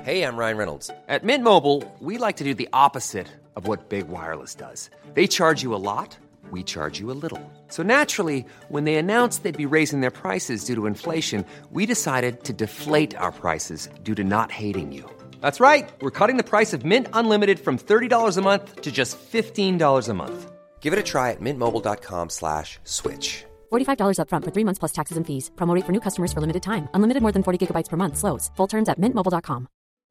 Hey, I'm Ryan Reynolds. At Mint Mobile, we like to do the opposite of what Big Wireless does. They charge you a lot, we charge you a little. So naturally, when they announced they'd be raising their prices due to inflation, we decided to deflate our prices due to not hating you. That's right. We're cutting the price of Mint Unlimited from $30 a month to just $15 a month. Give it a try at mintmobile.com/switch. $45 up front for 3 months plus taxes and fees. Promo rate for new customers for limited time. Unlimited more than 40 gigabytes per month. Slows full terms at mintmobile.com.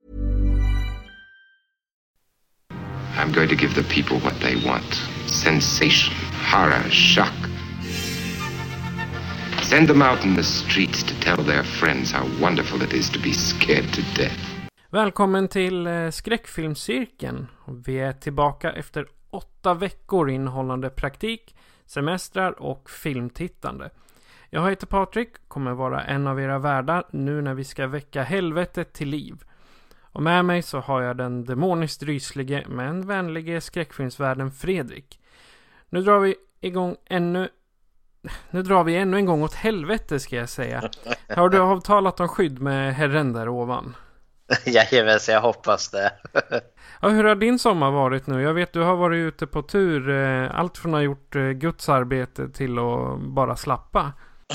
I'm going to give the people what they want. Sensation, horror, shock. Send them out in the streets to tell their friends how wonderful it is to be scared to death. Välkommen till Skräckfilmscirkeln. Vi är tillbaka efter 8 veckor innehållande praktik, semestrar och filmtittande. Jag heter Patrik, kommer vara en av era värdar nu när vi ska väcka helvetet till liv. Och med mig så har jag den demoniskt ryslige men vänlige skräckfilmsvärden Fredrik. Nu drar vi ännu en gång åt helvete, ska jag säga. Har du avtalat om skydd med herren där ovan? Jajamän, så jag hoppas det. Ja, hur har din sommar varit nu? Jag vet du har varit ute på tur. Allt från att ha gjort Guds arbete till att bara slappa.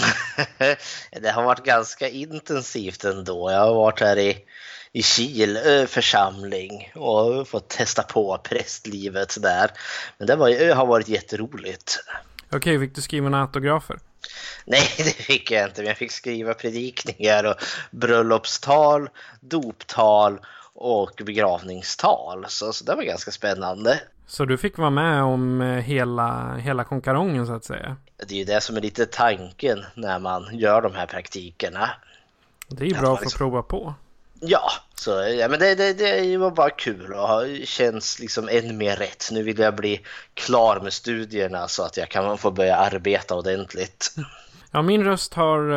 Det har varit ganska intensivt ändå. Jag har varit här i Kil församling och fått testa på prästlivet där. Men det har varit jätteroligt. Okej, fick du skriva några autografer? Nej, det fick jag inte. Men jag fick skriva predikningar och bröllopstal, doptal och begravningstal. Så det var ganska spännande. Så du fick vara med om hela konkarongen så att säga? Det är ju det som är lite tanken när man gör de här praktikerna. Det är ju bra för att prova på. Ja, men det var bara kul och känns liksom än mer rätt. Nu vill jag bli klar med studierna så att jag kan få börja arbeta ordentligt. Ja, min röst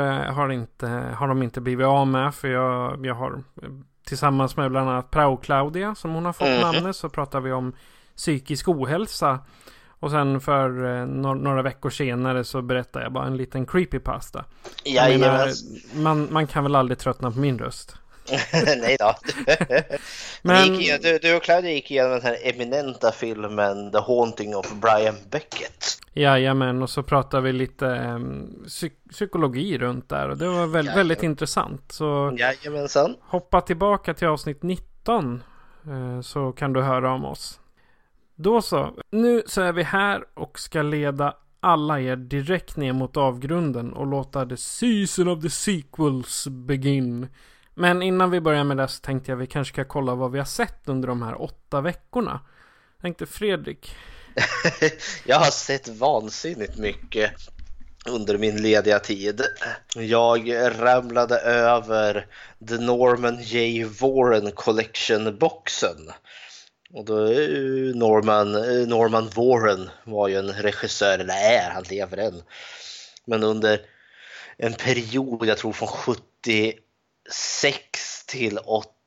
har de inte blivit av med, för jag har tillsammans med bland annat Prao Claudia, som hon har fått namnet, så pratar vi om psykisk ohälsa. Och sen för några veckor senare så berättar jag bara en liten creepypasta. Man kan väl aldrig tröttna på min röst. Nej då. Men du och Claudia gick igenom den här eminenta filmen The Haunting of Brian Beckett. Jajamän, och så pratar vi lite psykologi runt där. Och det var väldigt intressant. Så jajamensan. Hoppa tillbaka till avsnitt 19 så kan du höra om oss. Då så, nu så är vi här och ska leda alla er direkt ner mot avgrunden och låta the season of the sequels begin. Men innan vi börjar med det så tänkte jag vi kanske ska kolla vad vi har sett under de här 8 veckorna. Tänkte Fredrik. Jag har sett vansinnigt mycket under min lediga tid. Jag ramlade över The Norman J. Warren Collection-boxen. Och då Norman Warren var ju en regissör, eller han lever än. Men under en period, jag tror från 76 till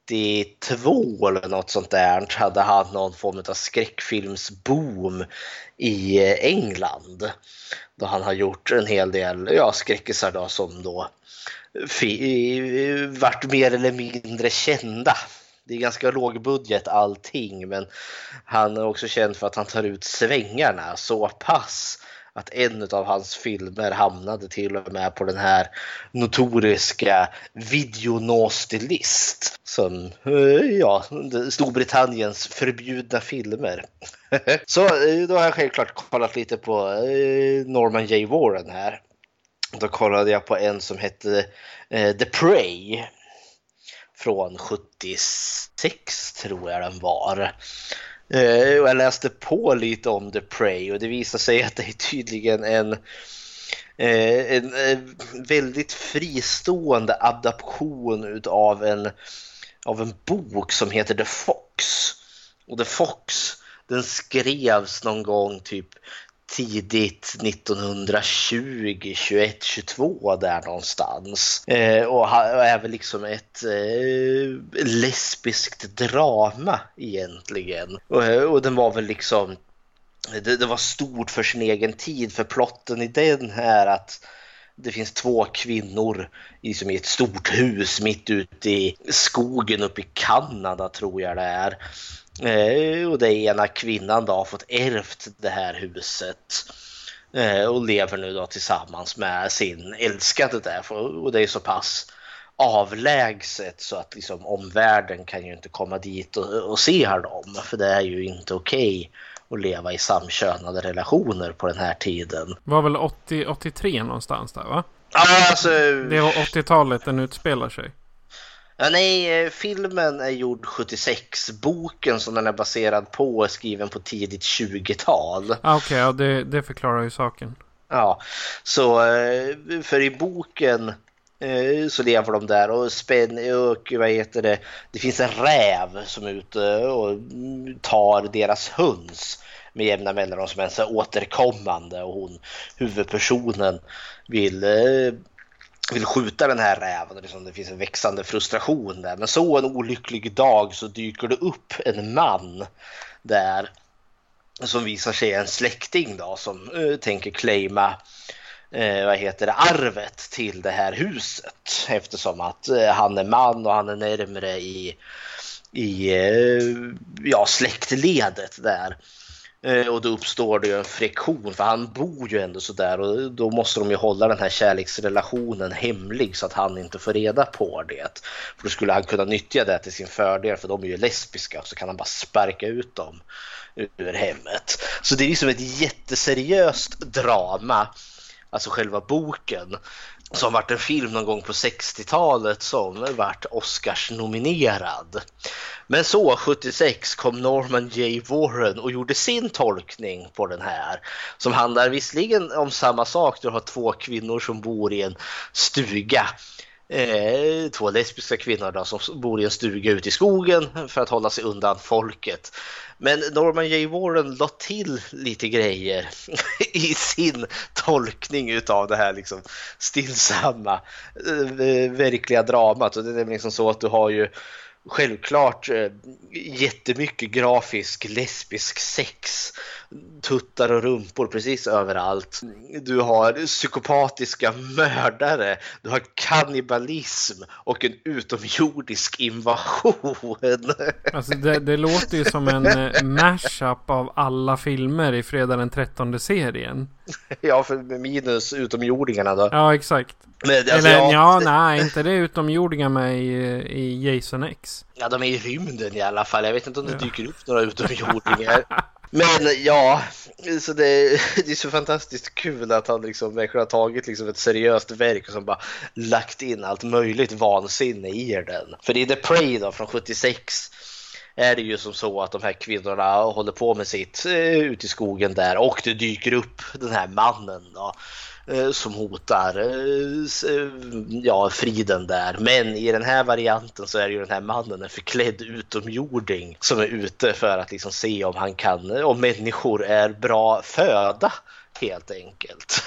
82 eller något sånt där, hade han någon form av skräckfilmsboom i England. Då han har gjort en hel del skräckisar då, som då vart mer eller mindre kända. Det är ganska låg budget allting, men han är också känd för att han tar ut svängarna så pass att en av hans filmer hamnade till och med på den här notoriska videonasty-list som Storbritanniens förbjudna filmer. Så då har jag självklart kollat lite på Norman J. Warren här. Då kollade jag på en som hette The Prey från 76 tror jag den var. Och jag läste på lite om The Prey och det visar sig att det är tydligen en väldigt fristående adaption av en bok som heter The Fox. Och The Fox, den skrevs någon gång typ tidigt 1920, 21, 22 där någonstans. Och är väl liksom ett lesbiskt drama egentligen. Och den var väl liksom, det var stort för sin egen tid, för plotten i den här att det finns 2 kvinnor liksom i ett stort hus mitt ute i skogen uppe i Kanada, tror jag det är. Och det ena kvinnan då har fått ärvt det här huset och lever nu då tillsammans med sin älskade där. Och det är så pass avlägset så att liksom omvärlden kan ju inte komma dit och se dem, för det är ju inte okej att leva i samkönade relationer på den här tiden. Det var väl 83 någonstans där, va? Ja, alltså... Det är 80-talet den utspelar sig. Ja, nej, filmen är gjord 76. Boken som den är baserad på är skriven på tidigt 20-tal. Okej, ja, det förklarar ju saken. Ja, så för i boken så lever de där och det finns en räv som är ute och tar deras höns med jämna mellanrum som är så återkommande, och huvudpersonen vill skjuta den här räven, och liksom det finns en växande frustration där. Men så en olycklig dag så dyker det upp en man där som visar sig en släkting då, som tänker claima arvet till det här huset, eftersom att han är man och han är närmare i släktledet där. Och då uppstår det ju en friktion, för han bor ju ändå så där, och då måste de ju hålla den här kärleksrelationen hemlig så att han inte får reda på det. För då skulle han kunna nyttja det till sin fördel, för de är ju lesbiska, så kan han bara sparka ut dem ur hemmet. Så det är liksom ett jätteseriöst drama, alltså själva boken, som varit en film någon gång på 60-talet som varit Oscars nominerad. Men så 76 kom Norman J. Warren och gjorde sin tolkning på den här, som handlar visserligen om samma sak. Du har 2 kvinnor som bor i en stuga, 2 lesbiska kvinnor då, som bor i en stuga ute i skogen för att hålla sig undan folket. Men Norman J. Warren la till lite grejer i sin tolkning utav det här liksom stillsamma verkliga dramat. Och det är liksom så att du har ju självklart jättemycket grafisk lesbisk sex, tuttar och rumpor precis överallt. Du har psykopatiska mördare, du har kannibalism och en utomjordisk invasion. Alltså det låter ju som en mashup av alla filmer i Fredag den 13:e-serien. Ja, för minus utomjordingarna då. Ja, exakt. Men, alltså, eller nej, inte det utomjordingar med i Jason X. Ja, de är i rymden i alla fall. Jag vet inte om det dyker upp några utomjordingar. Men ja, så det är så fantastiskt kul att han liksom verkligen har tagit liksom ett seriöst verk och som bara lagt in allt möjligt vansinne i den. För i The Prey då, från 76 är det ju som så att de här kvinnorna håller på med sitt ute i skogen där, och det dyker upp den här mannen då, som hotar friden där. Men i den här varianten så är ju den här mannen en förklädd utomjording som är ute för att liksom se om människor är bra föda, helt enkelt.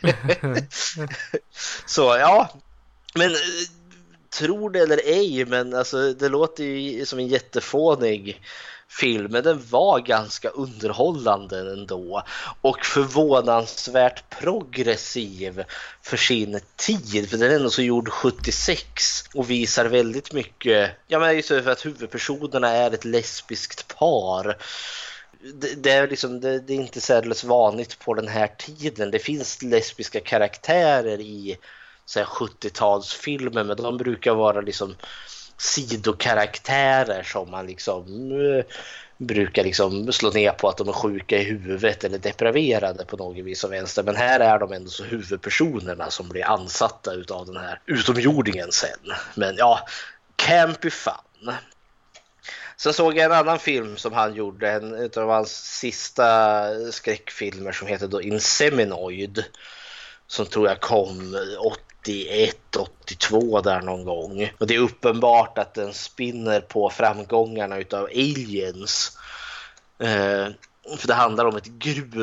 Så ja, men tror det eller ej, men alltså, det låter ju som en jättefånig film, men den var ganska underhållande ändå och förvånansvärt progressiv för sin tid, för den är ändå så gjord 76 och visar väldigt mycket, just för att huvudpersonerna är ett lesbiskt par. Det är inte särskilt vanligt på den här tiden. Det finns lesbiska karaktärer i 70-talsfilmer, men de brukar vara liksom sidokaraktärer som man brukar slå ner på att de är sjuka i huvudet eller depraverade på något vis och vänster. Men här är de ändå så huvudpersonerna som blir ansatta utav den här utomjordingen sen. Men ja, campy fun. Sen såg jag en annan film som han gjorde, en av hans sista skräckfilmer, som heter då Inseminoid, som tror jag kom 81-82 där någon gång. Och det är uppenbart att den spinner på framgångarna utav Aliens. För det handlar om ett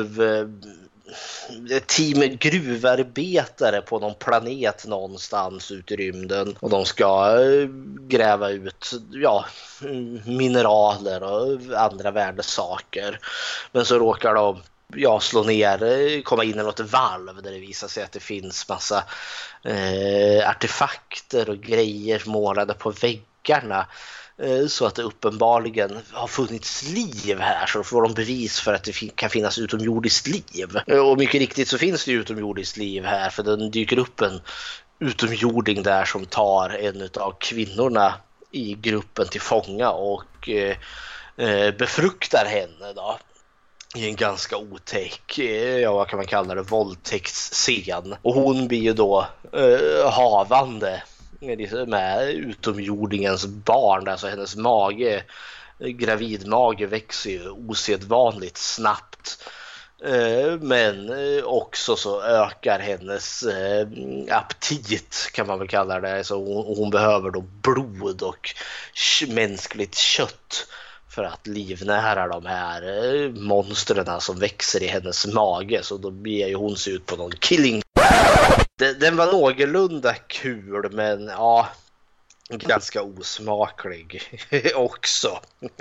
team gruvarbetare på någon planet någonstans ute i rymden, och de ska gräva ut mineraler och andra värdesaker. Men så råkar de slå ner, komma in i något valv där det visar sig att det finns massa artefakter och grejer målade på väggarna, så att det uppenbarligen har funnits liv här, så får de bevis för att det kan finnas utomjordiskt liv. Och mycket riktigt så finns det utomjordiskt liv här, för den dyker upp en utomjording där som tar en av kvinnorna i gruppen till fånga och befruktar henne då i en ganska otäck, vad kan man kalla det, våldtäktsscen. Och hon blir ju då havande med utomjordingens barn, alltså hennes gravidmage växer ju osedvanligt snabbt. Men också så ökar hennes aptit, kan man väl kalla det. Så hon behöver då blod och mänskligt kött för att livnära de här monstren som växer i hennes mage. Så då beger ju hon sig ut på någon killing. Den var någorlunda kul, men ja, ganska osmaklig också.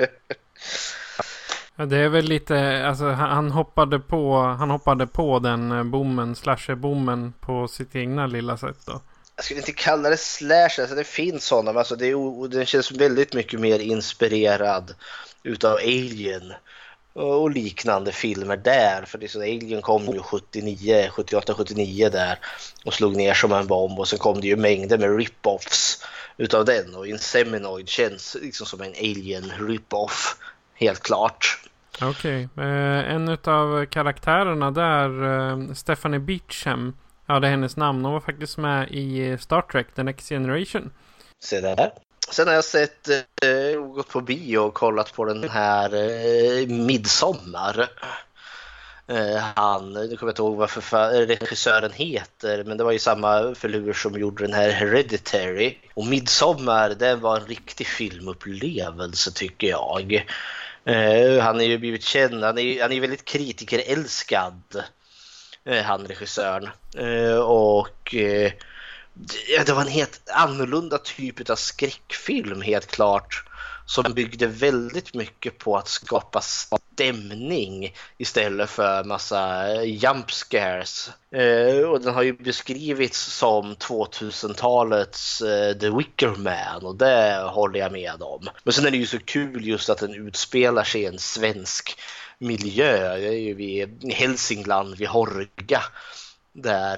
Ja, det är väl lite, alltså han hoppade på den slasher-bommen på sitt egna lilla sätt då. Jag skulle inte kalla det slasher, alltså det finns sådana, men alltså den känns väldigt mycket mer inspirerad utav Alien och liknande filmer där, för det är så, Alien kom ju 78-79 där och slog ner som en bomb, och sen kom det ju mängder med rip-offs utav den, och Inseminoid känns liksom som en Alien rip-off, helt klart. Okej. En utav karaktärerna där, Stephanie Beacham, ja, det är hennes namn, hon var faktiskt med i Star Trek The Next Generation. Se där. Sen har jag gått på bio och kollat på den här Midsommar. Nu kommer jag inte ihåg vad regissören heter, men det var ju samma förlur som gjorde den här Hereditary. Och Midsommar, det var en riktig filmupplevelse, tycker jag. Han är ju blivit känd, han är väldigt kritikerälskad, han regissören. Det var en helt annorlunda typ av skräckfilm, helt klart, som byggde väldigt mycket på att skapa stämning istället för massa jump scares. Och den har ju beskrivits som 2000-talets The Wicker Man, och det håller jag med om. Men sen är det ju så kul just att den utspelar sig i en svensk miljö. Det är ju vid Hälsingland, vid Hårga, där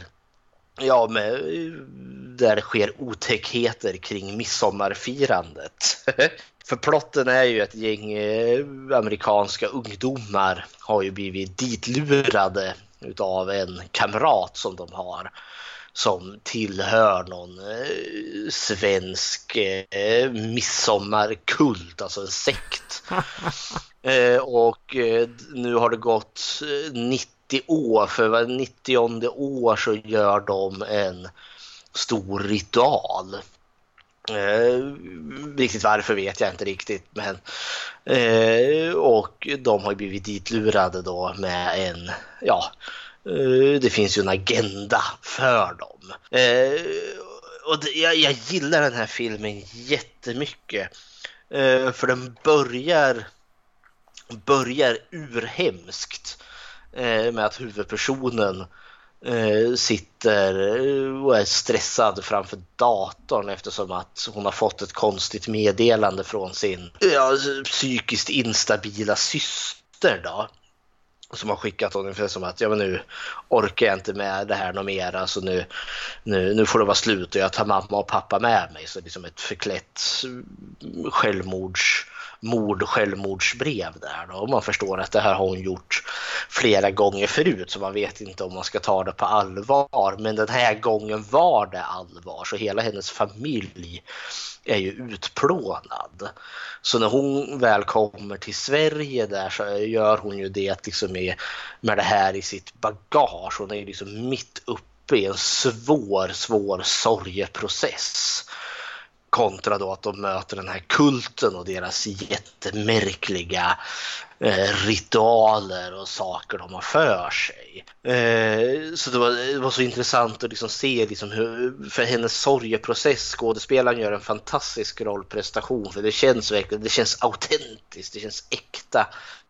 det sker otäckheter kring midsommarfirandet. För plotten är ju ett gäng amerikanska ungdomar har ju blivit ditlurade utav en kamrat som de har, som tillhör någon svensk midsommarkult, alltså en sekt. Och nu har det gått 90 år, för var 90:e år så gör de en stor ritual. Riktigt varför vet jag inte riktigt, men och de har blivit ditlurade då med en, det finns ju en agenda för dem. Och jag gillar den här filmen jättemycket, för den börjar urhemskt med att huvudpersonen sitter och är stressad framför datorn eftersom att hon har fått ett konstigt meddelande från sin psykiskt instabila syster då, som har skickat honom ungefär som att men nu orkar jag inte med det här något mer, alltså nu får det vara slut och jag tar mamma och pappa med mig. Så det är som ett förklätt självmordsbrev där då. Och man förstår att det här har hon gjort flera gånger förut, så man vet inte om man ska ta det på allvar, men den här gången var det allvar, så hela hennes familj är ju utplånad. Så när hon väl kommer till Sverige där så gör hon ju det liksom med det här i sitt bagage. Hon är ju liksom mitt uppe i en svår sorgeprocess, kontra då att de möter den här kulten och deras jättemärkliga ritualer och saker de har för sig. Så det var så intressant att liksom se liksom hur, för hennes sorgeprocess, skådespelaren gör en fantastisk rollprestation, för det känns verkligen, det känns autentiskt, det känns äkta.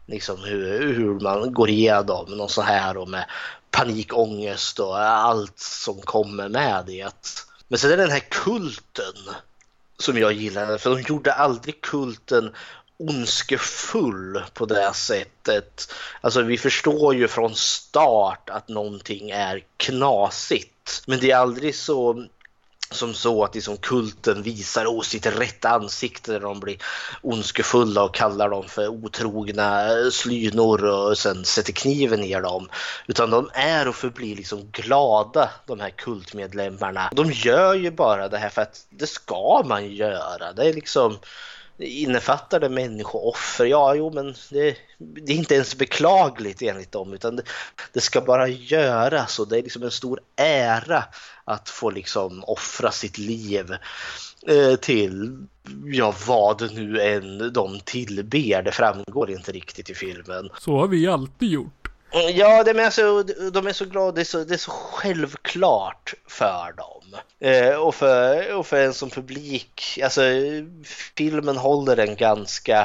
liksom hur man går igenom någon så här och med panikångest och allt som kommer med det. Men sen är det den här kulten som jag gillar, för de gjorde aldrig kulten ondskefull på det sättet. Alltså vi förstår ju från start att någonting är knasigt, men det är aldrig så som så att liksom kulten visar sitt rätta ansikte när de blir ondskefulla och kallar dem för otrogna slynor och sen sätter kniven ner dem, utan de är och förblir liksom glada, de här kultmedlemmarna. De gör ju bara det här för att det ska man göra. Det är liksom innefattar det människooffer. Ja, jo, men det är inte ens beklagligt enligt dem, utan det ska bara göras, och det är liksom en stor ära att få liksom offra sitt liv till vad nu än de tillber. Det framgår inte riktigt i filmen. Så har vi alltid gjort. Ja, de är så glada, det är så självklart för dem. Och för en som publik, alltså filmen håller en ganska,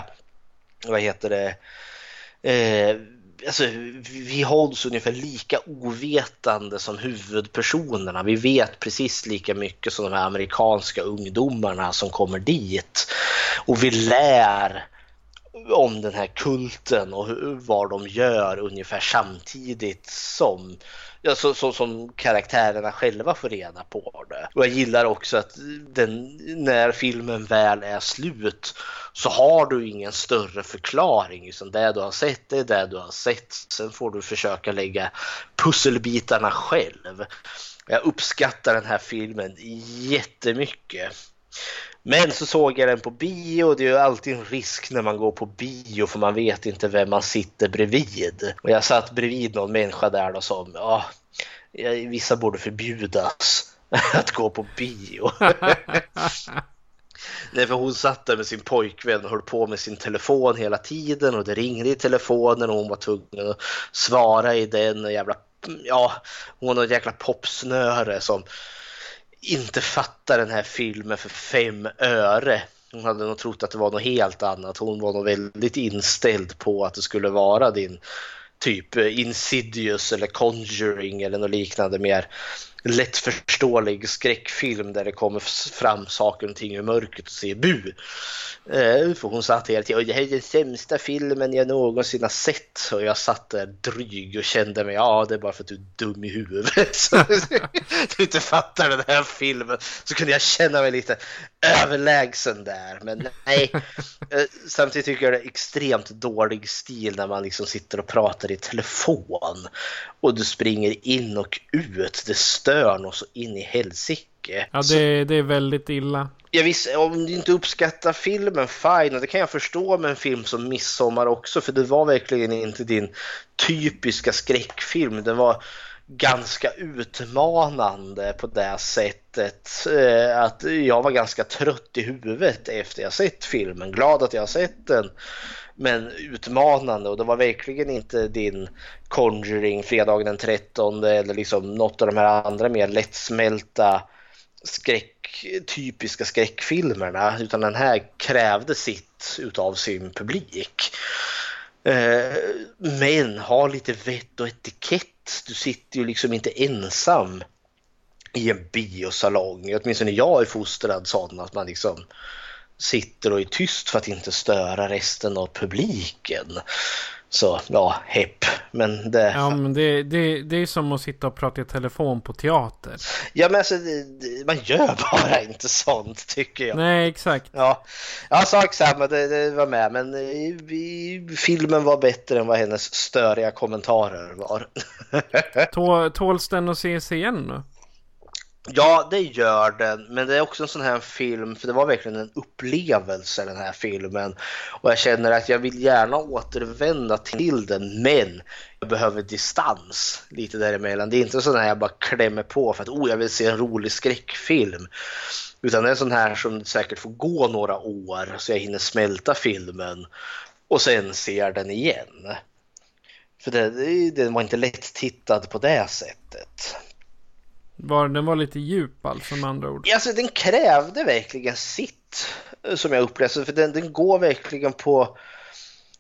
alltså vi hålls ungefär lika ovetande som huvudpersonerna. Vi vet precis lika mycket som de här amerikanska ungdomarna som kommer dit. Och vi lär om den här kulten och vad de gör ungefär samtidigt som som karaktärerna själva får reda på det. Och jag gillar också att när filmen väl är slut så har du ingen större förklaring, utan det du har sett är det du har sett. Sen får du försöka lägga pusselbitarna själv. Jag uppskattar den här filmen jättemycket. Men så såg jag den på bio, och det är ju alltid en risk när man går på bio, för man vet inte vem man sitter bredvid. Och jag satt bredvid någon människa där då som, vissa borde förbjudas att gå på bio. Nej, för hon satt där med sin pojkvän och höll på med sin telefon hela tiden, och det ringde i telefonen och hon var tvungen att svara i den, och hon var en jäkla popsnöre som inte fattar den här filmen för 5 öre. Hon hade nog trott att det var något helt annat. Hon var nog väldigt inställd på att det skulle vara din typ Insidious eller Conjuring eller något liknande, mer lättförståelig skräckfilm där det kommer fram saker och ting ur mörkret och ser bu. För hon satt hela tiden, det här är den sämsta filmen jag någonsin har sett, och jag satt där dryg och kände mig, det är bara för att du är dum i huvudet så du inte fattar den här filmen. Så kunde jag känna mig lite överlägsen där, men nej. Samtidigt tycker jag det är extremt dålig stil när man liksom sitter och pratar i telefon och du springer in och ut. Det stör nog så in i helsike. Ja, det är väldigt illa. Jag visste, om du inte uppskattar filmen, fine, och det kan jag förstå med en film som Midsommar också, för det var verkligen inte din typiska skräckfilm. Det var ganska utmanande på det sättet att jag var ganska trött i huvudet efter jag sett filmen. Glad att jag har sett den, men utmanande, och det var verkligen inte din Conjuring fredagen den 13 eller liksom något av de här andra mer lättsmälta typiska skräckfilmerna, utan den här krävde sitt utav sin publik. Men ha lite vett och etikett. Du sitter ju liksom inte ensam i en biosalong. Åtminstone jag är fostrad sån att man liksom sitter och är tyst för att inte störa resten av publiken. Så hepp. Men det... Ja, men det är som att sitta och prata i telefon på teater. Ja, men alltså, man gör bara inte sånt, tycker jag. Nej, exakt. Ja, jag sa exakt, det var med. Men filmen var bättre än vad hennes störiga kommentarer var. Tåls den att ses igen då? Ja, det gör den, men det är också en sån här film, för det var verkligen en upplevelse, den här filmen, och jag känner att jag vill gärna återvända till den, men jag behöver distans lite däremellan. Det är inte sån här jag bara klämmer på för att jag vill se en rolig skräckfilm, utan det är en sån här som säkert får gå några år så jag hinner smälta filmen och sen ser den igen, för det var inte lätt tittad på det sättet. Den var lite djup alltså, med andra ord. Alltså, den krävde verkligen sitt, som jag upplevde, för den går verkligen på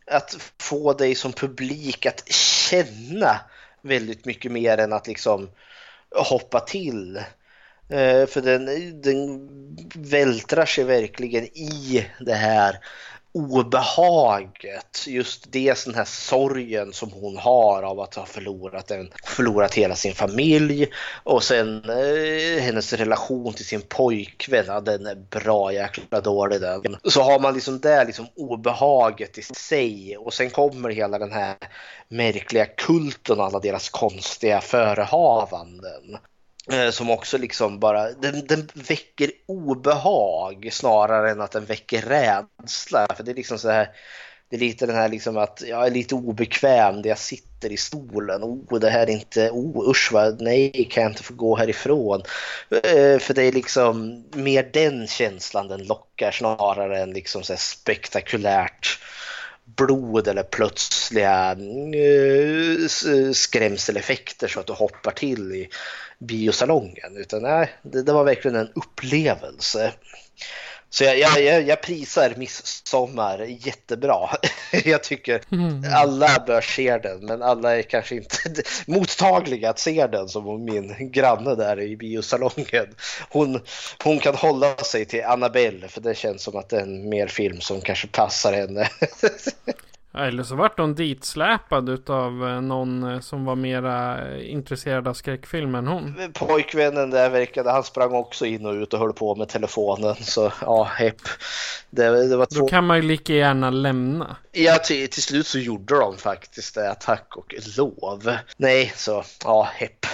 att få dig som publik att känna väldigt mycket mer än att liksom hoppa till. För den vältrar sig verkligen i det här obehaget, just det, sån här sorgen som hon har av att ha förlorat hela sin familj, och sen hennes relation till sin pojkvän, ja, den är bra jäkla dålig den. Så har man liksom där liksom obehaget i sig, och sen kommer hela den här märkliga kulten och alla deras konstiga förehavanden. Som också liksom bara, den väcker obehag snarare än att den väcker rädsla. För det är liksom så här, det är lite den här liksom att jag är lite obekväm där jag sitter i stolen. Det här är inte, usch vad, nej, kan jag inte få gå härifrån. För det är liksom mer den känslan den lockar snarare än liksom så här spektakulärt blod eller plötsliga skrämseleffekter så att du hoppar till i biosalongen, utan nej, det var verkligen en upplevelse. Så jag prisar Midsommar jättebra. Jag tycker alla bör se den, men alla är kanske inte mottagliga att se den, som min granne där i biosalongen. Hon kan hålla sig till Annabelle, för det känns som att det är en mer film som kanske passar henne. Eller så vart hon ditsläpad utav någon som var mera intresserad av skräckfilm än hon. Pojkvännen där verkade, han sprang också in och ut och höll på med telefonen. Så ja, hepp. Det var Då kan man ju lika gärna lämna. Ja, till slut så gjorde de faktiskt det, tack och lov. Nej, så ja, hepp.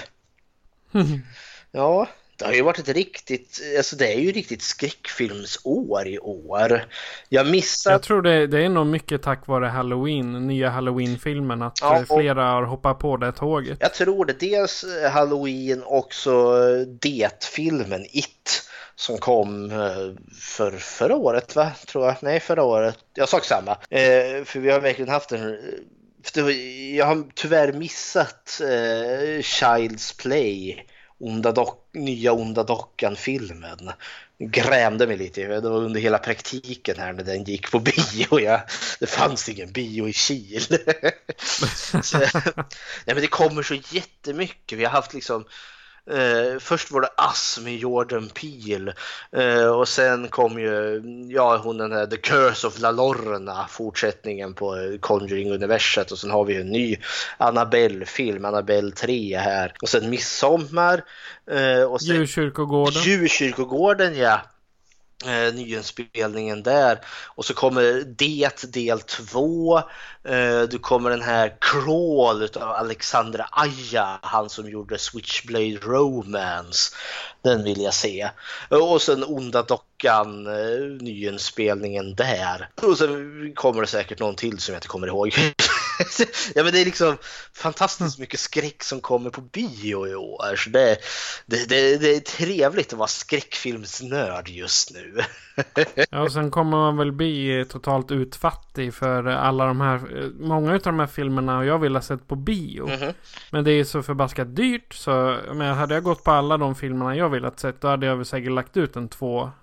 Ja, det har ju varit ett riktigt, alltså det är ju riktigt skräckfilmsår i år. Jag tror det är nog mycket tack vare Halloween, nya Halloween-filmen, att flera har hoppat på det tåget. Jag tror det, dels Halloween, också det-filmen It som kom förra året, va? Tror jag. Nej, förra året. Jag sa samma. För vi har verkligen haft en... Jag har tyvärr missat Child's Play, nya Onda Dockan-filmen. Grämde mig lite. Det var under hela praktiken här när den gick på bio. Det fanns ingen bio i Kil. Så, nej, men det kommer så jättemycket. Vi har haft liksom... först var det Us med Jordan Peele, och sen kom ju hon den här The Curse of La Lorna, fortsättningen på Conjuring-universet, och sen har vi en ny Annabelle-film, Annabelle 3 här, och sen Midsommar, och sen Djurkyrkogården, ja. Nyinspelningen där, och så kommer det del 2. Du kommer den här Crawl av Alexandra Aja, han som gjorde Switchblade Romance, den vill jag se, och sen Onda Dockan, nyinspelningen där, och sen kommer det säkert någon till som jag inte kommer ihåg. Ja, men det är liksom fantastiskt mycket skräck som kommer på bio i år, så det är trevligt att vara skräckfilmsnörd just nu. Ja, och sen kommer man väl bli totalt utfattig för alla de här, många av de här filmerna och jag vill ha sett på bio. Men det är så förbaskat dyrt, så men hade jag gått på alla de filmerna jag vill ha sett, då hade jag väl säkert lagt ut en 2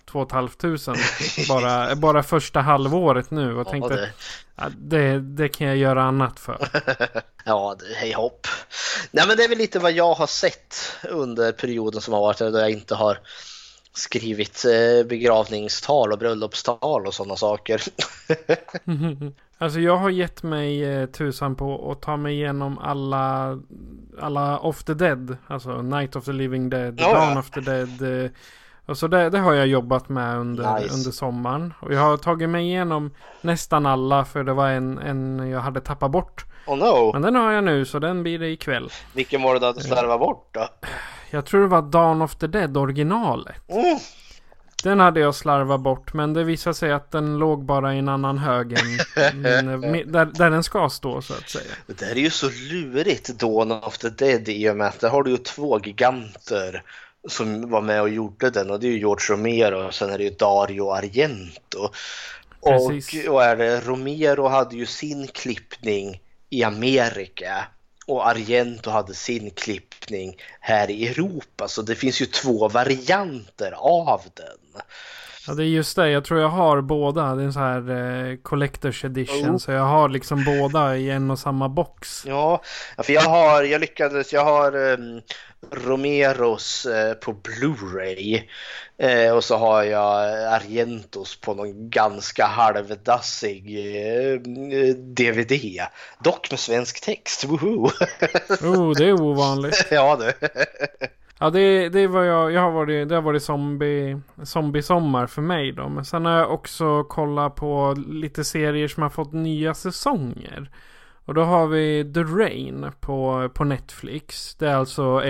500 bara första halvåret nu, och tänkte det kan jag göra annat för. Ja, hej hopp. Nej, men det är väl lite vad jag har sett under perioden som har varit, där jag inte har skrivit begravningstal och bröllopstal och sådana saker. Alltså jag har gett mig tusan på att ta mig igenom alla of the Dead, alltså Night of the Living Dead, Dawn of the Dead. Och så det har jag jobbat med under sommaren. Och jag har tagit mig igenom nästan alla, för det var en jag hade tappat bort. Oh no. Men den har jag nu, så den blir det ikväll. Vilken var det du slarvat bort då? Jag tror det var Dawn of the Dead, originalet. Den hade jag slarvat bort, men det visade sig att den låg bara i en annan hög där den ska stå, så att säga. Det där är ju så lurigt, Dawn of the Dead, i och med att där har du ju 2 giganter som var med och gjorde den, och det är ju George Romero, och sen är det ju Dario Argento. Och är det, Romero hade ju sin klippning i Amerika och Argento hade sin klippning här i Europa, så det finns ju 2 varianter av den. Ja, det är just det. Jag tror jag har båda. Det är en sån här collector's edition. Så jag har liksom båda i en och samma box. Ja, för jag har Romeros på Blu-ray. Och så har jag Argentos på någon ganska halvdassig DVD. Dock med svensk text. Woohoo! Det är ovanligt. Ja, det. Ja, det var jag har varit, det har varit zombie-sommar för mig då. Men sen har jag också kollat på lite serier som har fått nya säsonger. Och då har vi The Rain på Netflix. Det är alltså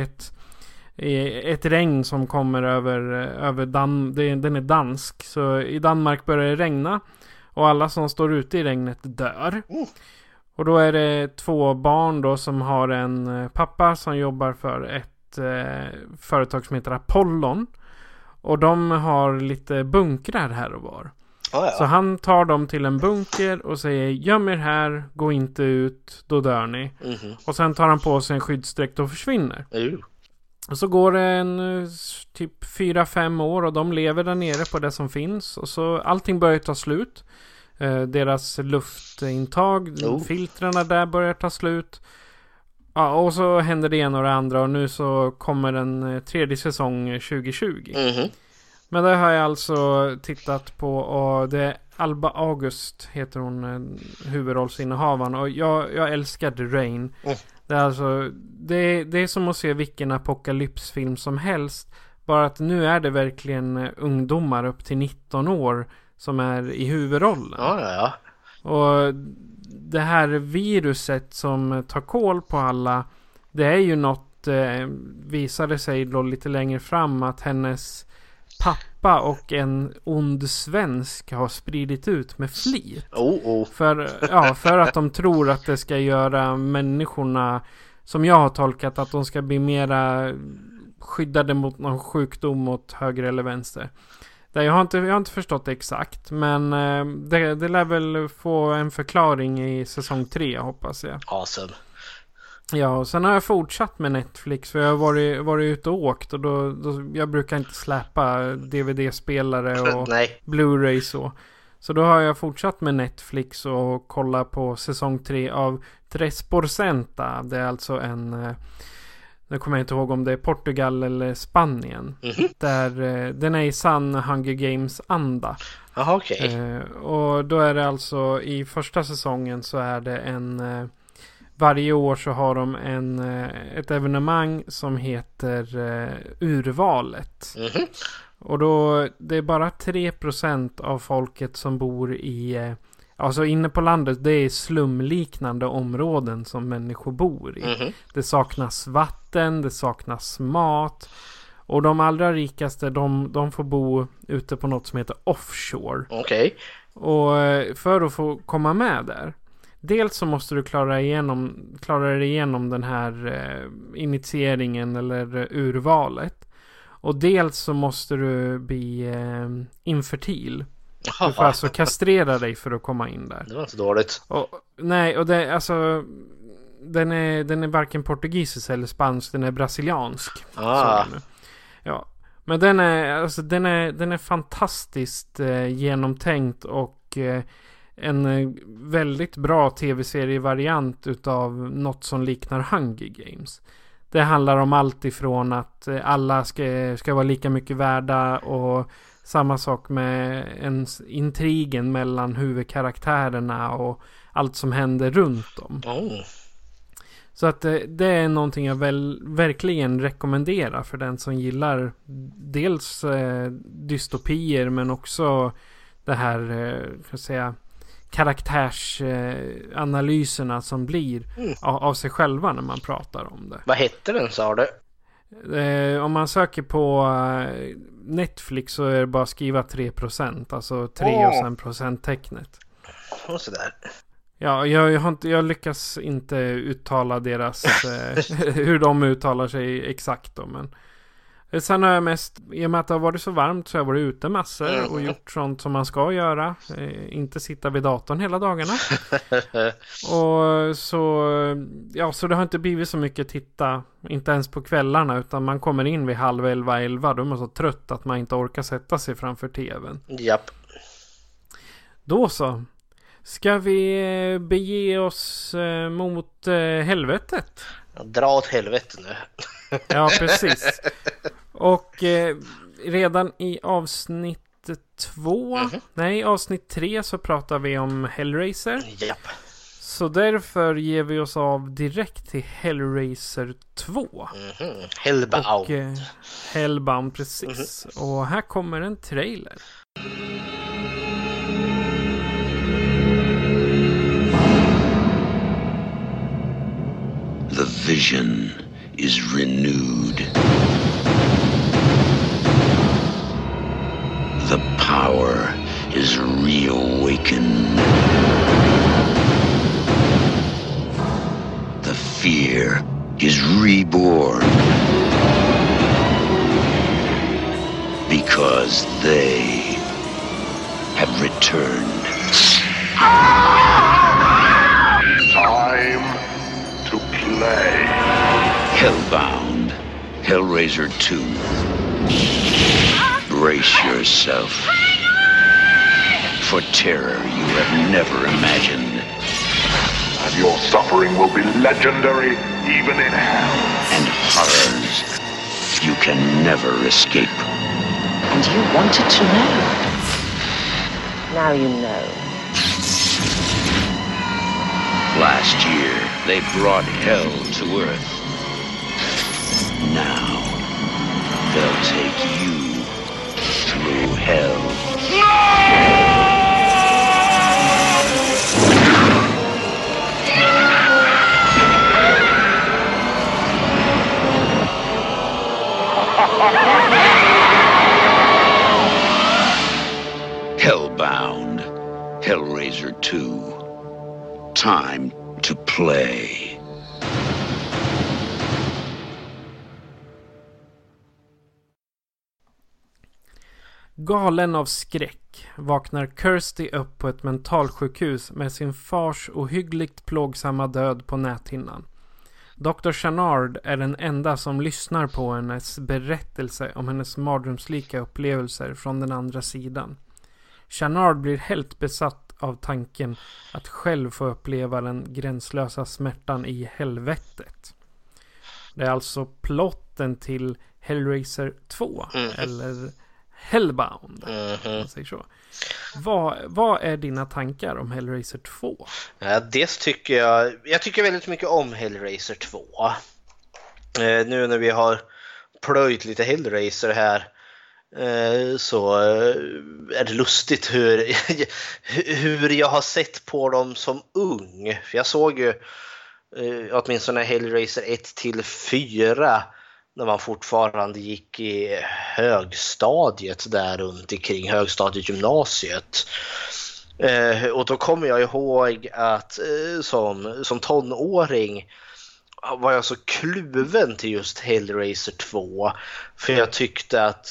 ett regn som kommer över den är dansk. Så i Danmark börjar det regna. Och alla som står ute i regnet dör. Och då är det 2 barn då som har en pappa som jobbar för ett företag som heter Apollon. Och de har lite bunkrar här och var. Så han tar dem till en bunker och säger: göm er här, gå inte ut, då dör ni. Och sen tar han på sig en skyddsdräkt och försvinner. Och så går det en typ 4-5 år och de lever där nere på det som finns. Och så allting börjar ta slut. Deras luftintag, filtrarna där börjar ta slut. Ja, och så händer det ena och det andra. Och nu så kommer en 3:e säsong 2020. Men det har jag alltså tittat på. Och det är Alba August heter hon, huvudrollsinnehavaren. Och jag älskar The Rain. Det är alltså det är som att se vilken apokalypsfilm som helst. Bara att nu är det verkligen ungdomar upp till 19 år som är i huvudrollen. Och det här viruset som tar koll på alla, det är ju något, visade sig då lite längre fram att hennes pappa och en ond svensk har spridit ut med flit. För att de tror att det ska göra människorna, som jag har tolkat, att de ska bli mera skyddade mot någon sjukdom åt höger eller vänster. Jag har inte förstått det exakt, men det lär väl få en förklaring i säsong 3, hoppas jag. Awesome. Ja, och sen har jag fortsatt med Netflix, för jag har varit ute och åkt, och då jag brukar inte släppa DVD-spelare och Blu-ray så då har jag fortsatt med Netflix och kolla på säsong 3 av 3%. Det är alltså nu kommer jag inte ihåg om det är Portugal eller Spanien. Där den är i sann Hunger Games-anda. Och då är det alltså i första säsongen så är det varje år så har de ett evenemang som heter Urvalet. Och då det är bara 3% av folket som bor i alltså inne på landet, det är slumliknande områden som människor bor i. Det saknas vatten, det saknas mat. Och de allra rikaste, de får bo ute på något som heter offshore. Och för att få komma med där, dels så måste du klara dig igenom den här initieringen eller urvalet. Och dels så måste du bli infertil. Du får alltså kastrera dig för att komma in där. Det var inte dåligt. Och det alltså den är varken portugisisk eller spansk, den är brasiliansk. Ja. Men den är fantastiskt genomtänkt och en väldigt bra tv-serievariant utav något som liknar Hunger Games. Det handlar om allt ifrån att alla ska vara lika mycket värda, och samma sak med intrigen mellan huvudkaraktärerna och allt som händer runt dem. Så att det är någonting jag verkligen rekommenderar för den som gillar dels dystopier, men också det här karaktärsanalyserna som blir av sig själva när man pratar om det. Vad heter den, sa du? Om man söker på Netflix så är det bara skriva 3%, alltså 3 och sen procenttecknet. Och sådär. Ja, jag lyckas inte uttala deras hur de uttalar sig exakt då, men Sen har jag mest, i och med att det har varit så varmt, så har jag varit ute massor och gjort sånt som man ska göra. Inte sitta vid datorn hela dagarna. Och så det har inte blivit så mycket titta, inte ens på kvällarna, utan man kommer in vid 10:30, då är man så trött att man inte orkar sätta sig framför tvn. Japp. Då så. Ska vi bege oss mot helvetet? Dra åt helvete nu. Ja, precis. Och redan i avsnitt 3 så pratar vi om Hellraiser. Japp. Så därför ger vi oss av direkt till Hellraiser 2. Hellbound. Och, Hellbound, precis. Och här kommer en trailer. The vision is renewed. The power is reawakened. The fear is reborn. Because they have returned. Time to play. Hellbound, Hellraiser 2. Brace yourself for terror you have never imagined. And your suffering will be legendary even in hell. And horrors you can never escape. And you wanted to know. Now you know. Last year, they brought hell to Earth. Now, they'll take you through hell. Hellbound, Hellraiser 2. Time to play. Galen av skräck vaknar Kirsty upp på ett mentalsjukhus med sin fars ohyggligt plågsamma död på näthinnan. Dr. Channard är den enda som lyssnar på hennes berättelse om hennes mardrömslika upplevelser från den andra sidan. Channard blir helt besatt av tanken att själv få uppleva den gränslösa smärtan i helvetet. Det är alltså plotten till Hellraiser 2 eller Hellbound. Man säger så. Vad är dina tankar om Hellraiser 2? Ja, dels tycker jag tycker väldigt mycket om Hellraiser 2. Nu när vi har plöjt lite Hellraiser här, så är det lustigt hur jag har sett på dem som ung. För jag såg ju åtminstone Hellraiser 1-4 när man fortfarande gick i högstadiet, där runt omkring högstadiegymnasiet. Och då kommer jag ihåg att som tonåring var jag så kluven till just Hellraiser 2, för jag tyckte att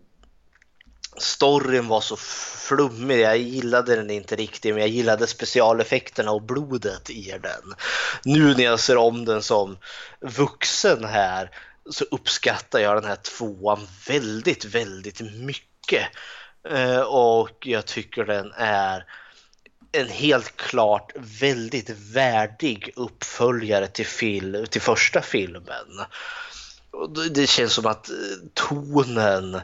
storyn var så flummig. Jag gillade den inte riktigt, men jag gillade specialeffekterna och blodet i den. Nu när jag ser om den som vuxen här, så uppskattar jag den här 2:an väldigt, väldigt mycket. Och jag tycker den är en helt klart väldigt värdig uppföljare till första filmen. Det känns som att tonen,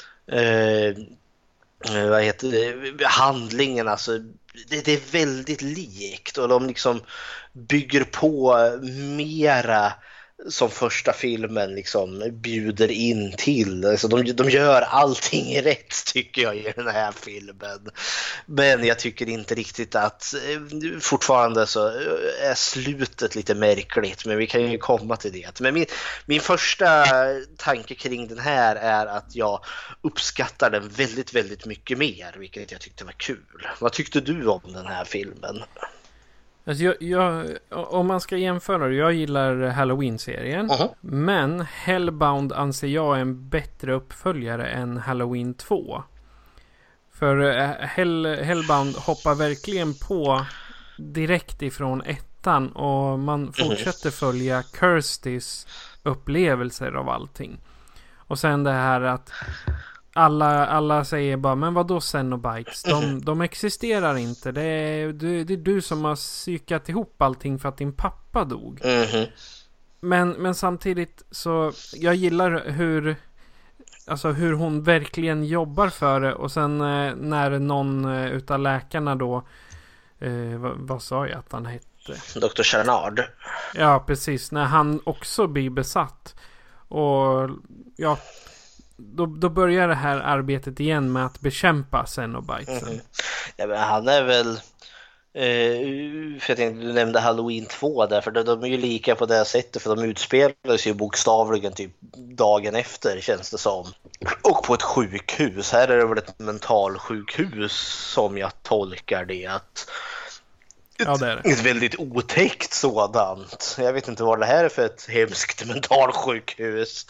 handlingen, alltså det är väldigt likt, och de liksom bygger på mera som första filmen liksom bjuder in till. Alltså de gör allting rätt, tycker jag, i den här filmen. Men jag tycker inte riktigt att, fortfarande så är slutet lite märkligt, men vi kan ju komma till det. Men min första tanke kring den här är att jag uppskattar den väldigt, väldigt mycket mer, vilket jag tyckte var kul. Vad tyckte du om den här filmen? Alltså om man ska jämföra, jag gillar Halloween-serien. Men Hellbound anser jag är en bättre uppföljare än Halloween 2. För Hellbound hoppar verkligen på direkt ifrån ettan. Och man fortsätter följa Kirstys upplevelser av allting. Och sen det här att alla säger bara, men vadå Cenobites? De existerar inte. Det är du som har psykat ihop allting för att din pappa dog. Men samtidigt så jag gillar hur hon verkligen jobbar för det. Och sen när någon utav läkarna då vad sa jag att han hette? Dr. Chernard. Ja, precis. När han också blir besatt. Och ja, då börjar det här arbetet igen med att bekämpa Cenobitesen. Ja, men han är väl för jag tänkte, du nämnde Halloween 2 där, för de är ju lika på det sättet, för de utspelades ju bokstavligen typ dagen efter, känns det som. Och på ett sjukhus. Här är det väl ett mentalsjukhus som jag tolkar det. Ja, det är det. Ett väldigt otäckt sådant. Jag vet inte vad det här är för ett hemskt mentalsjukhus.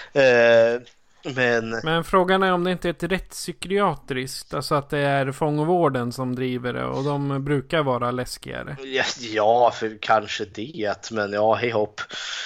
Men frågan är om det inte är ett rättspsykiatriskt, alltså att det är fångvården som driver det, och de brukar vara läskigare. Ja, för kanske det, men ja, hej hopp.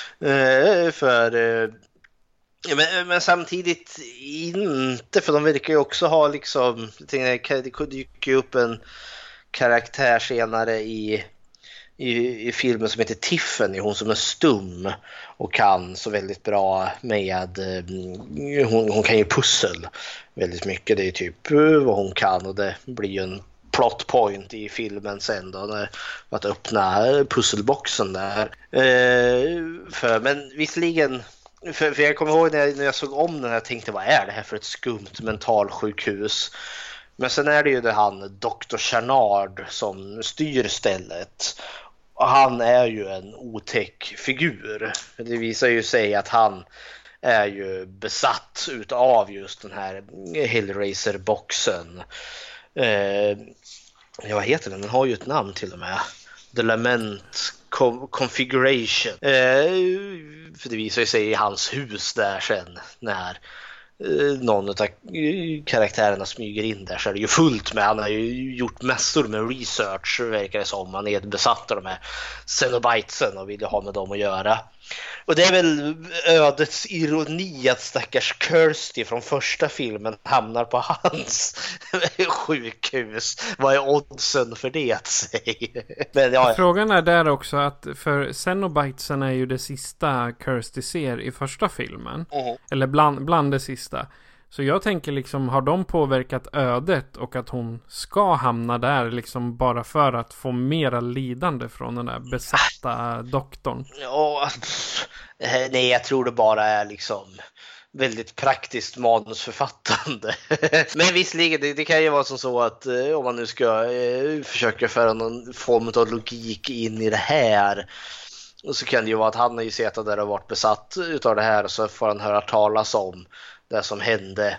Men samtidigt inte, för de verkar ju också ha liksom, det dyker upp en karaktär senare i filmen som heter Tiffany, hon som är stum och kan så väldigt bra med hon kan ju pussel väldigt mycket, det är typ vad hon kan, och det blir ju en plot point i filmen sen då, när att öppna pusselboxen där. Men visserligen, för jag kommer ihåg när jag såg om den här, tänkte vad är det här för ett skumt mentalsjukhus? Men sen är det ju han Dr. Chernard som styr stället. Och han är ju en otäck figur. Det visar ju sig att han är ju besatt utav just den här Hellraiser-boxen. Vad heter den? Den har ju ett namn till och med. The Lament Configuration. För det visar ju sig i hans hus där sen när någon av karaktärerna smyger in där, så är det ju fullt med, han har ju gjort massor med research, verkar det som. Han är besatt av de här Cenobitesen och vill ha med dem att göra. Och det är väl ödets ironi att stackars Kirsty från första filmen hamnar på hans sjukhus. Vad är oddsen för det, säg? Men ja. Frågan är där också att för Cenobitesen är ju det sista Kirsty ser i första filmen. Eller bland det sista. Så jag tänker liksom, har de påverkat ödet och att hon ska hamna där liksom bara för att få mera lidande från den där besatta doktorn? Ja, nej, jag tror det bara är liksom väldigt praktiskt manusförfattande. Men visserligen, det kan ju vara som så att om man nu ska försöka föra någon form av logik in i det här, och så kan det ju vara att han har ju sett där och varit besatt utav det här, och så får han höra talas om det som hände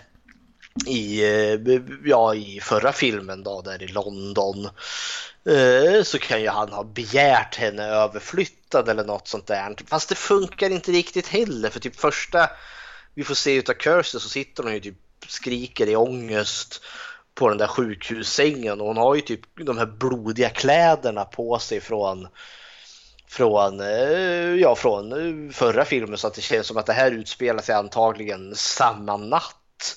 i förra filmen då, där i London. Så kan ju han ha begärt henne överflyttad eller något sånt där. Fast det funkar inte riktigt heller, för typ första vi får se utav Kirsty så sitter hon ju typ skriker i ångest på den där sjukhussängen, och hon har ju typ de här blodiga kläderna på sig från förra filmen, så att det känns som att det här utspelar sig antagligen samma natt.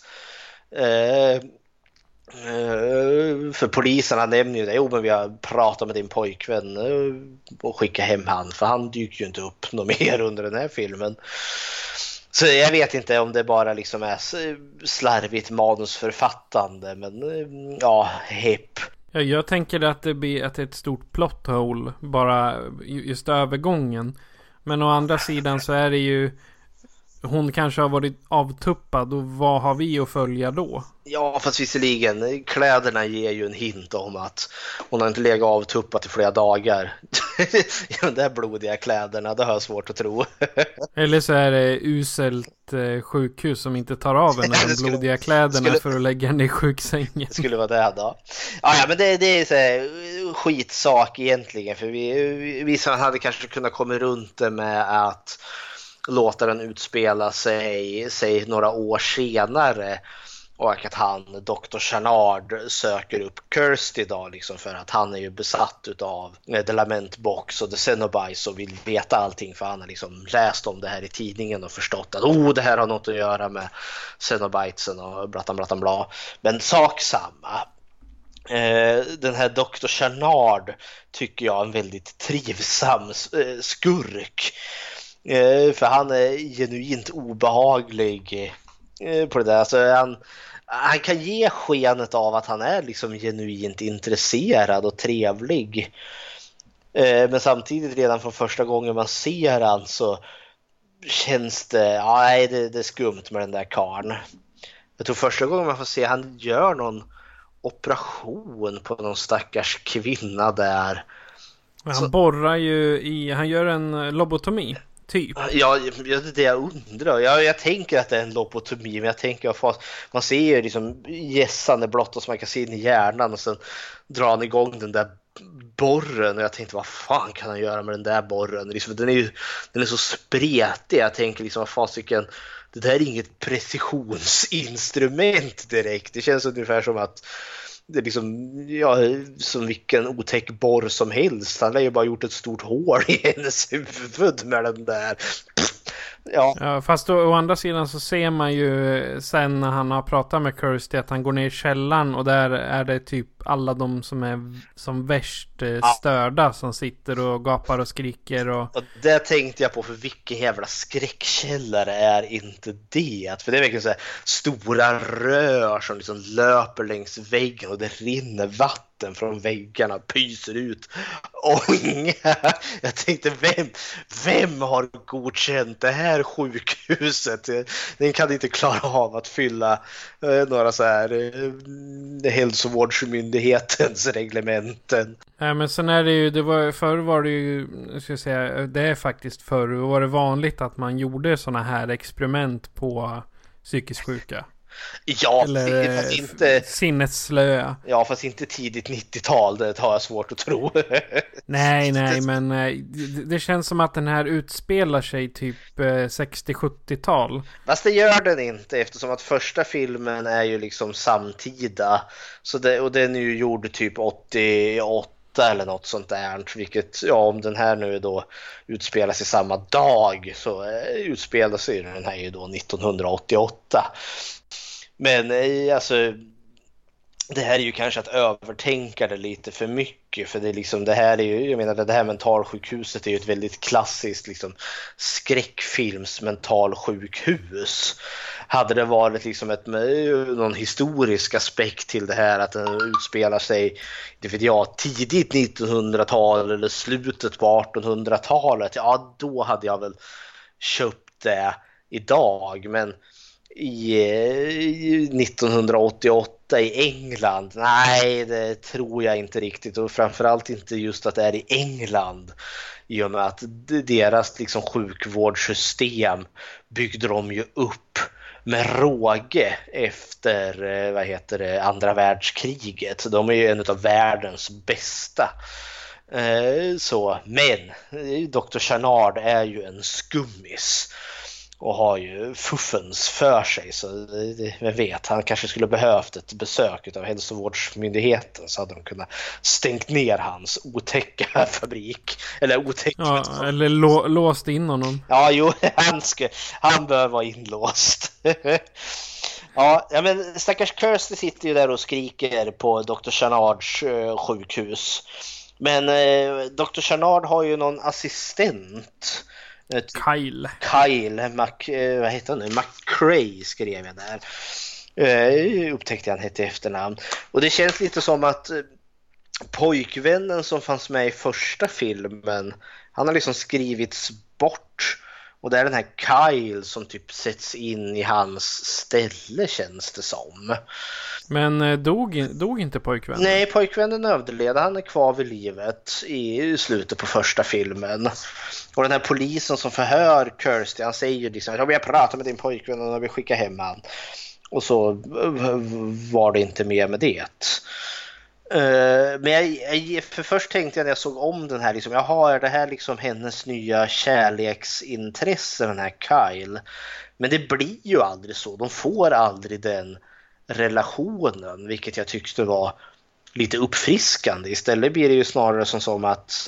För poliserna nämner ju det, men vi har pratat med din pojkvän och skickat hem han, för han dyker ju inte upp något mer under den här filmen. Så jag vet inte om det bara liksom är slarvigt manusförfattande, men ja, hepp. Jag tänker att det blir ett stort plot hole bara just övergången. Men å andra sidan så är det ju, hon kanske har varit avtuppad, och vad har vi att följa då? Ja, fast visserligen, kläderna ger ju en hint om att hon har inte legat avtuppad i flera dagar. de där blodiga kläderna, det har jag svårt att tro. Eller så är det uselt sjukhus som inte tar av en de blodiga kläderna för att lägga en i sjuksängen. Det skulle vara det då. Ja, men det är så här, skitsak egentligen. För vissa hade kanske kunnat komma runt det med att låta den utspela sig några år senare. Och att han, Dr. Channard, söker upp Kirsty då, liksom, för att han är ju besatt utav The Lament Box och The Cenobites och vill veta allting, för han har liksom läst om det här i tidningen och förstått att det här har något att göra med Cenobitesen och blattan bla. Men sak samma. Den här Dr. Channard tycker jag är en väldigt trivsam skurk. För han är genuint obehaglig på det där. Alltså han kan ge skenet av att han är liksom genuint intresserad och trevlig. Men samtidigt redan från första gången man ser han så känns det, det är skumt med den där karln. Jag tror första gången man får se han gör någon operation på någon stackars kvinna där. Han borrar ju han gör en lobotomi. Typ. Ja, det är det jag undrar. Jag tänker att det är en lobotomi, men jag tänker att man ser ju liksom gässande blott och så man kan se in i hjärnan och sen drar han igång den där borren och jag tänkte, vad fan kan han göra med den där borren? Liksom, den är så spretig. Jag tänker liksom, vad fasiken, det där är inget precisionsinstrument direkt. Det känns ungefär som att det är liksom, som vilken otäck borr som helst. Han har ju bara gjort ett stort hål i hennes huvud med den där. Ja, fast å andra sidan så ser man ju sen när han har pratat med Kirsty att han går ner i källaren och där är det typ alla de som är som värst störda som sitter och gapar och skriker och det tänkte jag på, för vilken jävla skräckkällare är inte det? För det är verkligen så här stora rör som liksom löper längs väggen och det rinner vatten från väggarna, pyser ut ånga. Jag tänkte, vem har godkänt det här sjukhuset? Den kan inte klara av att fylla några så här hälsovårdsmyndighetens reglementen. Nej, men sen är det ju, förr var det ju, ska jag säga, det är faktiskt förr var det vanligt att man gjorde såna här experiment på psykiskt sjuka. Ja, eller fast inte sinnesslöa. Ja, fast inte tidigt 90-tal, det har jag svårt att tro. Nej, men det känns som att den här utspelar sig typ 60-70-tal. Fast det gör den inte, eftersom att första filmen är ju liksom samtida. Så och den är ju gjord typ 88 eller något sånt där, vilket, om den här nu då utspelas i samma dag så utspelar sig den här ju då 1988. Men alltså, det här är ju kanske att övertänka det lite för mycket, för det är liksom, det här är ju, jag menar, det här mentalsjukhuset är ju ett väldigt klassiskt liksom skräckfilms mentalsjukhus. Hade det varit liksom någon historisk aspekt till det här, att den utspelar sig, det vet jag, tidigt 1900-tal eller slutet på 1800-talet, då hade jag väl köpt det idag. Men i 1988 i England, nej, det tror jag inte riktigt, och framförallt inte just att det är i England, i och med att deras liksom sjukvårdssystem byggde de ju upp med råge efter andra världskriget. De är ju en av världens bästa. Men Dr. Channard är ju en skummis och har ju fuffens för sig, så vem vet, han kanske skulle behövt ett besök av hälsovårdsmyndigheten, så hade de kunnat stängt ner hans otäcka fabrik, eller otäcka eller låst in honom. Han bör vara inlåst. Men stackars Kirsty sitter ju där och skriker på Dr. Channards sjukhus, men Dr. Channard har ju någon assistent, Kyle vad heter han nu? McCrae skrev jag där. Upptäckte han hette efternamn. Och det känns lite som att pojkvännen som fanns med i första filmen, han har liksom skrivits bort Och det är den här Kyle som typ sätts in i hans ställe, känns det som. Men dog inte pojkvännen? Nej, pojkvännen överlevde. Han är kvar vid livet i slutet på första filmen. Och den här polisen som förhör Kirsty, han säger liksom att jag pratar med din pojkvän och jag vill skicka hem han. Och så var det inte mer med det. Men för först tänkte jag när jag såg om den här liksom, jaha, är det här liksom hennes nya kärleksintresse, den här Kyle? Men det blir ju aldrig så. De får aldrig den relationen, vilket jag tyckte var lite uppfriskande. Istället blir det ju snarare som att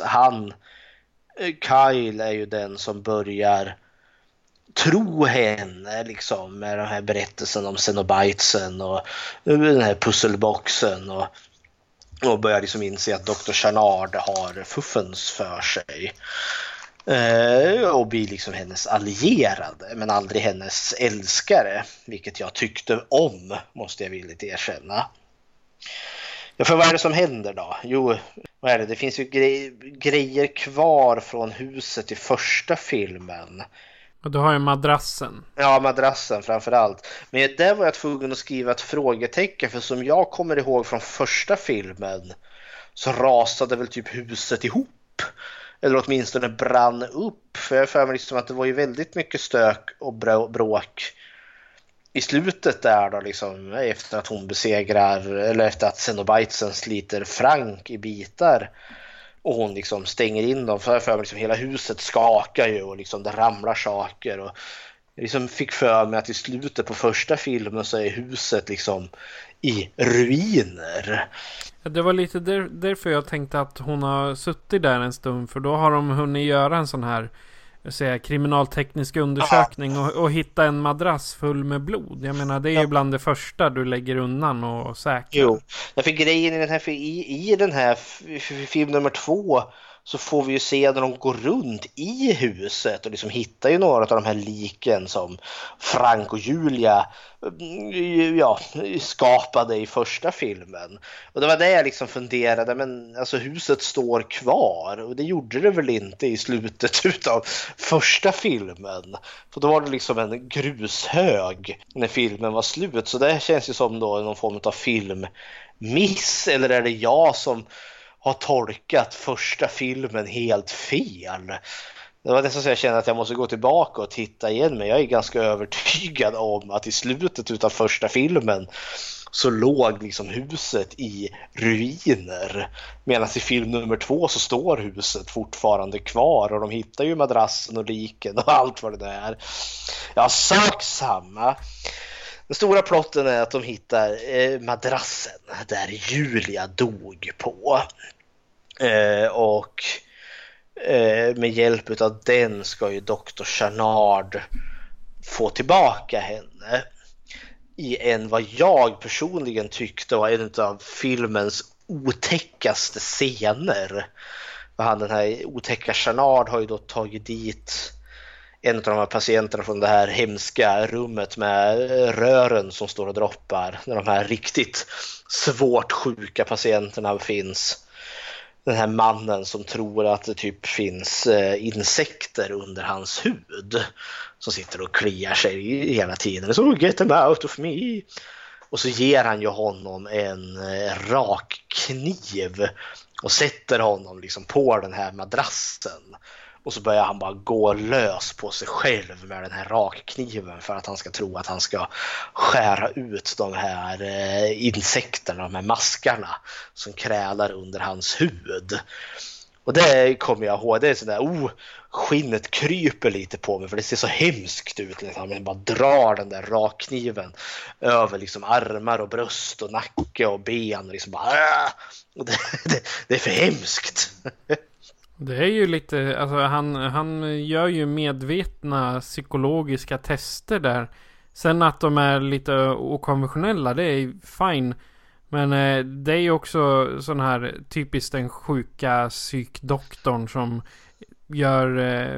Kyle är ju den som börjar tro henne liksom, med den här berättelsen om Cenobitesen och den här pusselboxen och börjar liksom inse att Dr. Channard har fuffens för sig. Och blir liksom hennes allierade, men aldrig hennes älskare, vilket jag tyckte om, måste jag villigt erkänna. Ja, för vad är det som händer då? Jo, vad är det? Det finns ju grejer kvar från huset i första filmen. Och du har ju madrassen. Ja, madrassen framförallt. Men där var jag tvungen att skriva ett frågetecken, för som jag kommer ihåg från första filmen så rasade väl typ huset ihop. Eller åtminstone brann upp. För jag för mig liksom att det var ju väldigt mycket stök och bråk i slutet där då liksom, efter att hon besegrar, eller efter att Cenobitesen sliter Frank i bitar och hon liksom stänger in dem. För mig liksom hela huset skakar ju och liksom det ramlar saker, och jag liksom fick för mig att i slutet på första filmen så är huset liksom i ruiner. Det var lite därför jag tänkte att hon har suttit där en stund, för då har de hunnit göra en sån här kriminalteknisk undersökning och hitta en madrass full med blod. Jag menar, det är ju bland det första du lägger undan och säkrar. Jo, därför grejen i den här, i den här film nummer 2 så får vi ju se när de går runt i huset och liksom hittar ju några av de här liken som Frank och Julia skapade i första filmen. Och det var det jag liksom funderade, men alltså huset står kvar, och det gjorde det väl inte i slutet utav första filmen. För då var det liksom en grushög när filmen var slut, så det känns ju som då någon form av filmmiss, eller är det jag som har tolkat första filmen helt fel? Det var nästan så jag kände att jag måste gå tillbaka och titta igen, men jag är ganska övertygad om att i slutet utav första filmen så låg liksom huset i ruiner, medan i film nummer 2 så står huset fortfarande kvar och de hittar ju madrassen och liken och allt vad det är. Ja, sak samma. Den stora plotten är att de hittar madrassen där Julia dog på. Och med hjälp av den ska ju Dr. Channard få tillbaka henne i en, vad jag personligen tyckte var en av filmens otäckaste scener. Den här otäcka Channard har ju då tagit dit en av de här patienterna från det här hemska rummet med rören som står och droppar, när de här riktigt svårt sjuka patienterna finns. Den här mannen som tror att det typ finns insekter under hans hud som sitter och kliar sig hela tiden. Så get them out of me. Och så ger han ju honom en rak kniv och sätter honom liksom på den här madrassen. Och så börjar han bara gå lös på sig själv med den här rakkniven för att han ska tro att han ska skära ut de här insekterna, de här maskarna som krälar under hans huvud. Och det kommer jag ihåg, det är sådär, skinnet kryper lite på mig för det ser så hemskt ut. Liksom. Man bara drar den där rakkniven över liksom armar och bröst och nacke och ben och liksom bara, och det är för hemskt. Det är ju lite, alltså han gör ju medvetna psykologiska tester där. Sen att de är lite okonventionella, det är fine. Men det är ju också sån här typiskt den sjuka psykdoktorn som gör,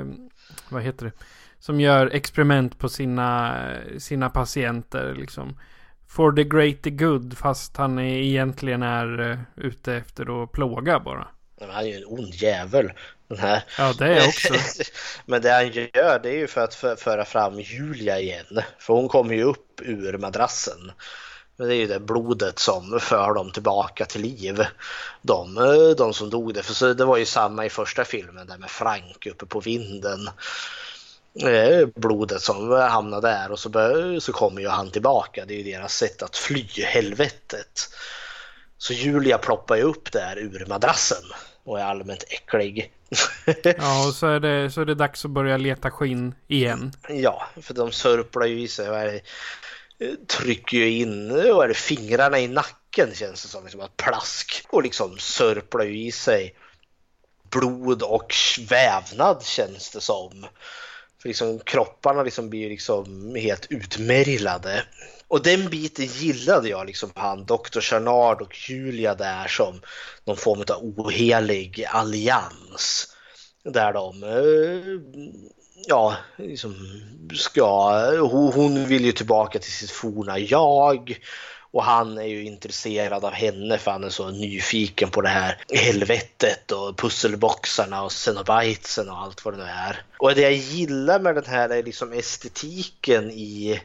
som gör experiment på sina patienter liksom. For the greater good, fast han egentligen är ute efter att plåga bara. Han är ju en ond jävel, den här. Ja, det är också. Men det han gör, det är ju för att föra fram Julia igen. För hon kommer ju upp ur madrassen. Men det är ju det blodet som för dem tillbaka till liv. De som dog det. För så det var ju samma i första filmen där med Frank uppe på vinden. Blodet som hamnade där och så kommer ju han tillbaka. Det är ju deras sätt att fly helvetet. Så Julia ploppar ju upp där ur madrassen och är allmänt äcklig. Ja, och så är det dags att börja leta skinn igen. Ja, för de sörplar ju i sig. Trycker ju in och är det fingrarna i nacken, känns det som, liksom att plask, och liksom sörplar ju i sig blod och vävnad, känns det som. För liksom kropparna liksom blir liksom helt utmärglade. Och den biten gillade jag, liksom han, Dr. Channard och Julia där som någon form av ohelig allians. Där de liksom hon vill ju tillbaka till sitt forna jag. Och han är ju intresserad av henne för han är så nyfiken på det här helvetet och pusselboxarna och cenobitesen och allt vad det nu är. Och det jag gillar med den här är liksom estetiken i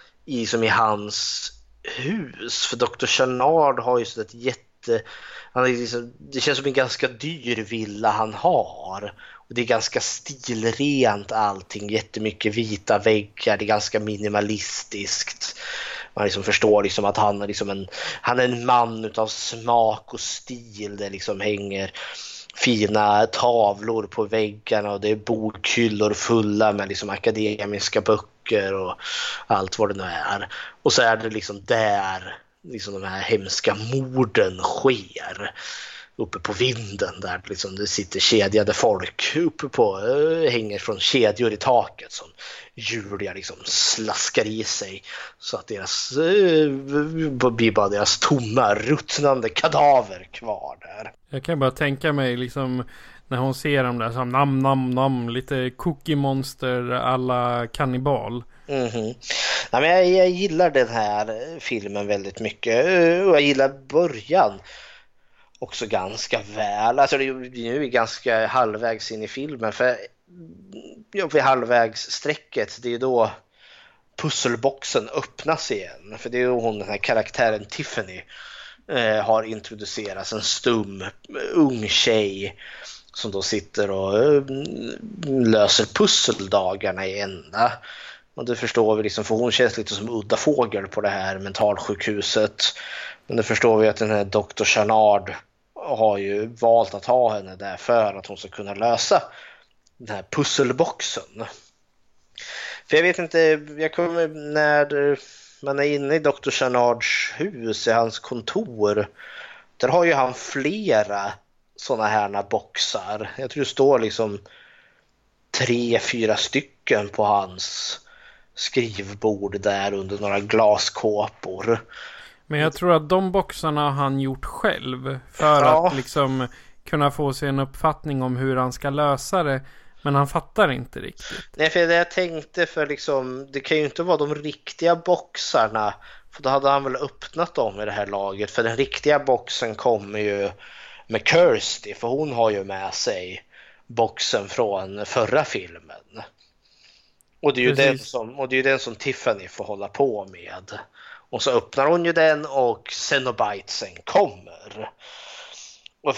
hans hus. För Dr. Channard har ju så ett det känns som en ganska dyr villa han har. Och det är ganska stilrent allting, jättemycket vita väggar, det är ganska minimalistiskt. Man liksom förstår liksom att han är en man utav smak och stil. Det liksom hänger fina tavlor på väggarna och det är bokhyllor fulla med liksom akademiska böcker och allt vad det nu är. Och så är det liksom där liksom de här hemska morden sker. Uppe på vinden där liksom det sitter kedjade folk uppe på, hänger från kedjor i taket som Julia liksom slaskar i sig så att blir bara deras tomma, ruttnande kadaver kvar där. Jag kan bara tänka mig liksom när hon ser dem där som nam, lite Cookie Monster alla kannibal. Nej, men jag gillar den här filmen väldigt mycket och jag gillar början också ganska väl. Alltså nu är ganska halvvägs in i filmen, för vid halvvägssträcket det är då pusselboxen öppnas igen. För det är ju hon, den här karaktären Tiffany har introducerats, en stum ung tjej som då sitter och löser pusseldagarna i ända. Och det förstår vi liksom, för hon känns lite som udda fågel på det här mentalsjukhuset. Men det förstår vi att den här Dr. Channard har ju valt att ha henne där för att hon ska kunna lösa den här pusselboxen. För jag vet inte, jag kommer när man är inne i Dr. Channards hus, i hans kontor, där har ju han flera såna här boxar. Jag tror det står liksom 3-4 stycken på hans skrivbord där under några glaskåpor. Men jag tror att de boxarna har han gjort själv för att liksom kunna få sig en uppfattning om hur han ska lösa det. Men han fattar inte riktigt. Nej, för det jag tänkte, för liksom, det kan ju inte vara de riktiga boxarna, för då hade han väl öppnat dem i det här laget. För den riktiga boxen kommer ju med Kirsty, för hon har ju med sig boxen från förra filmen. Och det är ju den som Tiffany får hålla på med. Och så öppnar hon ju den och cenobitesen kommer. Och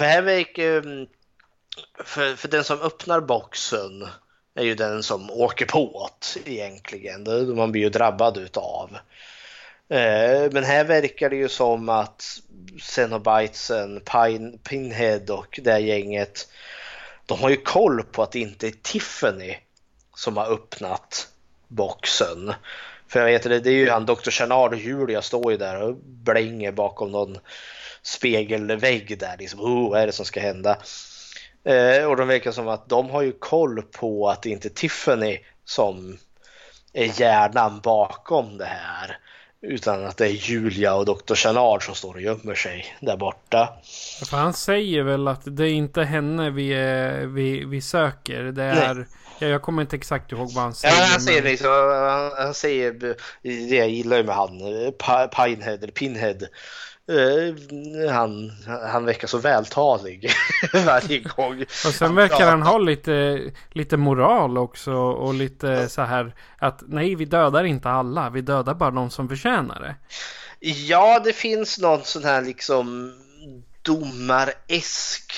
för den som öppnar boxen är ju den som åker på det egentligen. Man blir ju drabbad utav. Men här verkar det ju som att cenobitesen, Pinhead och det gänget, de har ju koll på att det inte är Tiffany som har öppnat boxen. För jag vet det är ju han, Dr. Channard och Julia står ju där och blänger bakom någon spegelvägg där. Liksom, vad är det som ska hända? Och de verkar som att de har ju koll på att det inte är Tiffany som är hjärnan bakom det här. Utan att det är Julia och Dr. Channard som står och gömmer sig där borta. För han säger väl att det är inte henne vi söker. Det är... Jag kommer inte exakt ihåg vad han säger. Ja, han säger det jag gillar med han Pinhead. Han verkar så vältalig varje gång. Och sen verkar han ha lite moral också. Och lite så här att nej, vi dödar inte alla. Vi dödar bara de som förtjänar det. Ja, det finns någon sån här liksom domaresk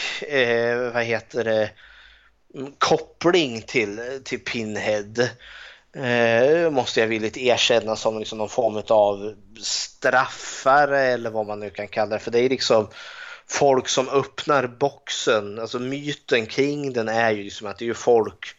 koppling till Pinhead. Måste jag villigt erkänna, som liksom någon form av straffare eller vad man nu kan kalla det. För det är liksom folk som öppnar boxen. Alltså myten kring den är ju liksom att det är ju folk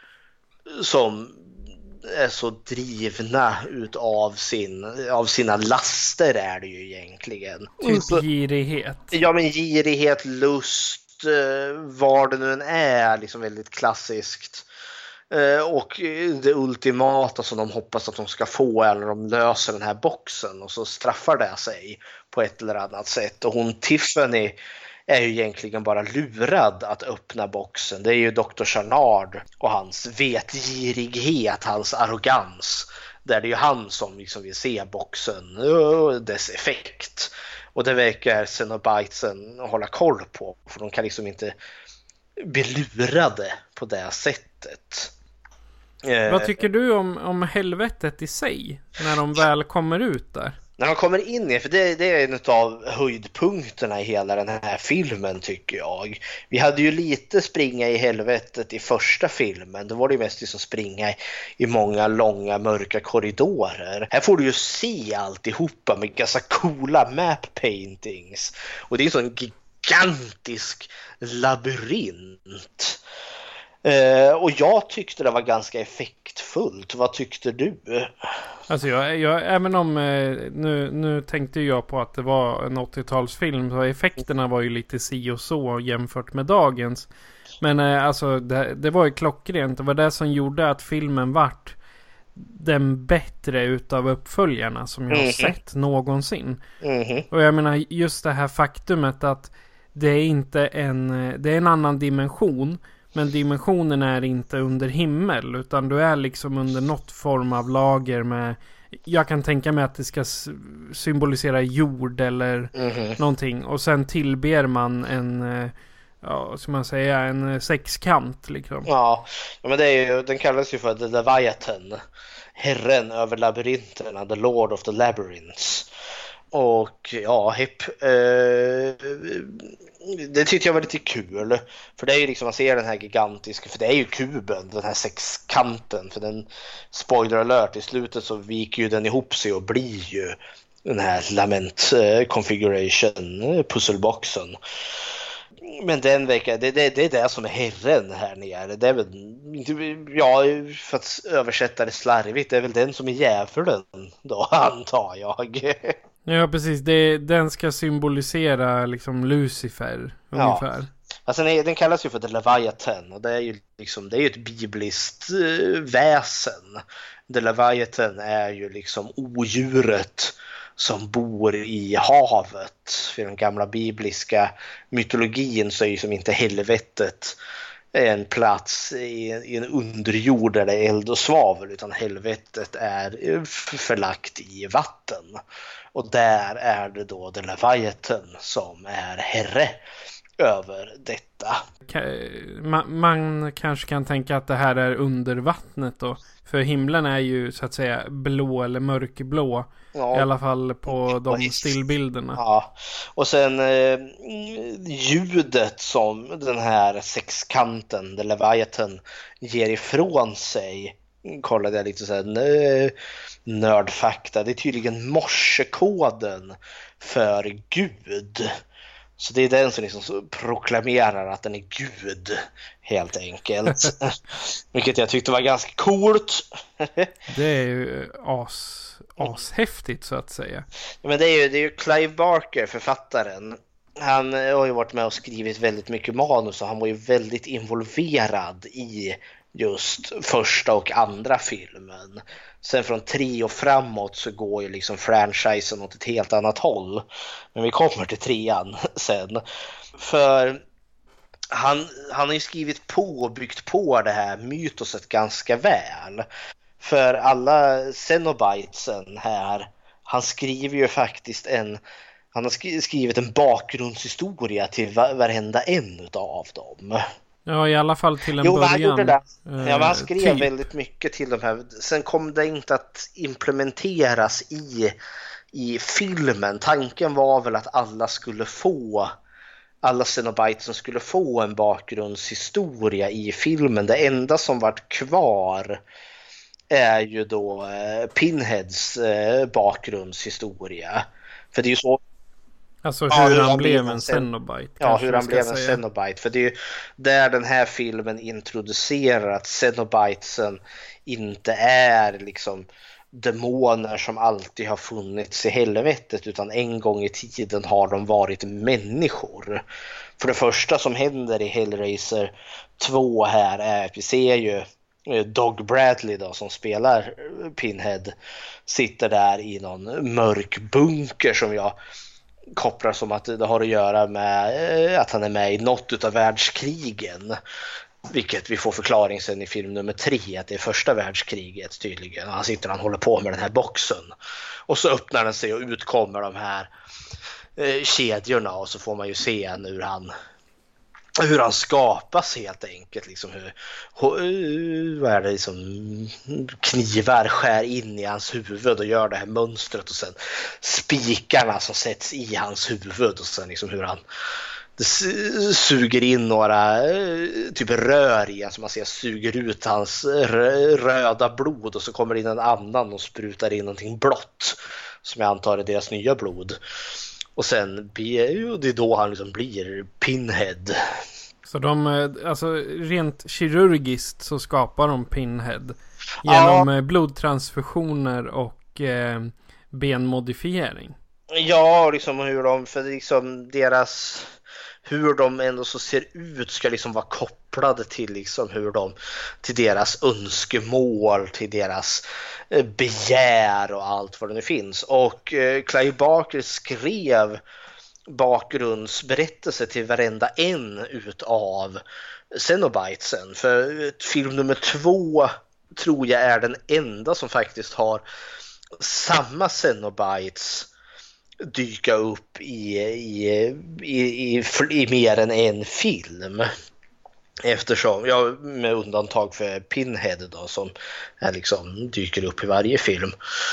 som är så drivna av sina laster, är det ju egentligen. Typ girighet. Ja, men girighet, lust, vad det nu än är, liksom väldigt klassiskt. Och det ultimata som de hoppas att de ska få är när de löser den här boxen, och så straffar det sig på ett eller annat sätt. Och hon Tiffany är ju egentligen bara lurad att öppna boxen. Det är ju Dr. Charnard och hans vetgirighet, hans arrogans. Där det är ju han som liksom vill se boxen och dess effekt. Och det verkar Cenobitesen hålla koll på, för de kan liksom inte bli lurade på det sättet. Vad tycker du om helvetet i sig när de väl kommer ut där? När de kommer in i, för det är en av höjdpunkterna i hela den här filmen, tycker jag. Vi hade ju lite springa i helvetet i första filmen. Då var det ju mest liksom springa i många långa mörka korridorer. Här får du ju se alltihopa med ganska coola map paintings. Och det är en sån gigantisk labyrint. Och jag tyckte det var ganska effektfullt. Vad tyckte du? Alltså även om nu tänkte jag på att det var en 80-talsfilm, så effekterna var ju lite si och så jämfört med dagens. Men alltså det var ju klockrent. Det var det som gjorde att filmen vart den bättre utav uppföljarna som jag har sett någonsin. Och jag menar just det här faktumet att det är inte det är en annan dimension. Men dimensionen är inte under himmel, utan du är liksom under något form av lager med, jag kan tänka mig att det ska symbolisera jord eller någonting. Och sen tillber man en sexkant liksom. Ja, men det är ju, den kallas ju för The Leviathan, herren över labyrinterna, the Lord of the Labyrinths. Och ja, det tyckte jag var lite kul. För det är ju liksom, man ser den här gigantiska, för det är ju kuben, den här sexkanten. För den, spoiler alert, i slutet så viker ju den ihop sig och blir ju den här lament configuration pusselboxen. Men den veckan, det är det som är herren här nere. Det är väl, ja, för att översätta det slarvigt, det är väl den som är djävulen då, antar jag. Ja, precis. Den ska symbolisera liksom Lucifer ungefär. Alltså den kallas ju för The Leviathan, och det är ju liksom, det är ju ett bibliskt väsen. The Leviathan är ju liksom odjuret som bor i havet. För den gamla bibliska mytologin så är ju som inte helvetet en plats i en underjord där det är eld och svavel, utan helvetet är förlagt i vatten. Och där är det då The Leviathan som är herre över detta. Man kanske kan tänka att det här är under vattnet då. För himlen är ju så att säga blå eller mörkblå. Ja, i alla fall på de stillbilderna. Ja, och sen ljudet som den här sexkanten, The Leviathan, ger ifrån sig. Kollade jag lite så här nördfakta. Det är tydligen morsekoden för Gud. Så det är den som liksom proklamerar att den är Gud, helt enkelt. Vilket jag tyckte var ganska coolt. Det är ju ashäftigt så att säga. Ja, men det är ju Clive Barker, författaren. Han har ju varit med och skrivit väldigt mycket manus, och han var ju väldigt involverad i just första och andra filmen. Sen från 3 och framåt så går ju liksom franchisen åt ett helt annat håll. Men vi kommer till 3:an sen. För han har ju skrivit på och byggt på det här mytoset ganska väl. För alla Cenobitesen här, han skriver ju faktiskt en Han har skrivit en bakgrundshistoria till varenda en av dem. Ja, i alla fall till en början. Han gjorde det. Ja, han skrev typ. väldigt mycket till de här. Sen kom det inte att implementeras i filmen. Tanken var väl att alla Cenobites skulle få en bakgrundshistoria i filmen. Det enda som varit kvar är ju då Pinheads bakgrundshistoria. För det är ju så. Alltså hur han blev en Cenobite. Ja, hur han blev en Cenobite. För det är ju där den här filmen introducerar att Cenobitesen inte är liksom demoner som alltid har funnits i helvetet, utan en gång i tiden har de varit människor. För det första som händer i Hellraiser 2 här är att vi ser ju Doug Bradley då, som spelar Pinhead, sitter där i någon mörk bunker som jag kopplar som att det har att göra med att han är med i något utav världskrigen. Vilket vi får förklaring sen i film nummer 3 att det är första världskriget tydligen. Han håller på med den här boxen. Och så öppnar den sig och utkommer de här kedjorna, och så får man ju se hur han skapas helt enkelt. Liksom vad är det liksom, knivar skär in i hans huvud och gör det här mönstret, och sen spikarna som sätts i hans huvud, och sen liksom hur han suger in några typ rör i, alltså man ser suger ut hans röda blod, och så kommer det in en annan och sprutar in någonting blått som jag antar är deras nya blod. Och sen det är då han liksom blir Pinhead. Så alltså rent kirurgiskt så skapar de Pinhead genom blodtransfusioner och benmodifiering. Ja, liksom hur de ändå så ser ut ska liksom vara kopplade till liksom till deras önskemål, till deras begär och allt vad det nu finns. Och Clive Barker skrev bakgrundsberättelse till varenda en utav Cenobitesen. För film nummer 2 tror jag är den enda som faktiskt har samma Cenobites dyka upp i mer än en film. Eftersom, med undantag för Pinhead då, som är liksom dyker upp i varje film.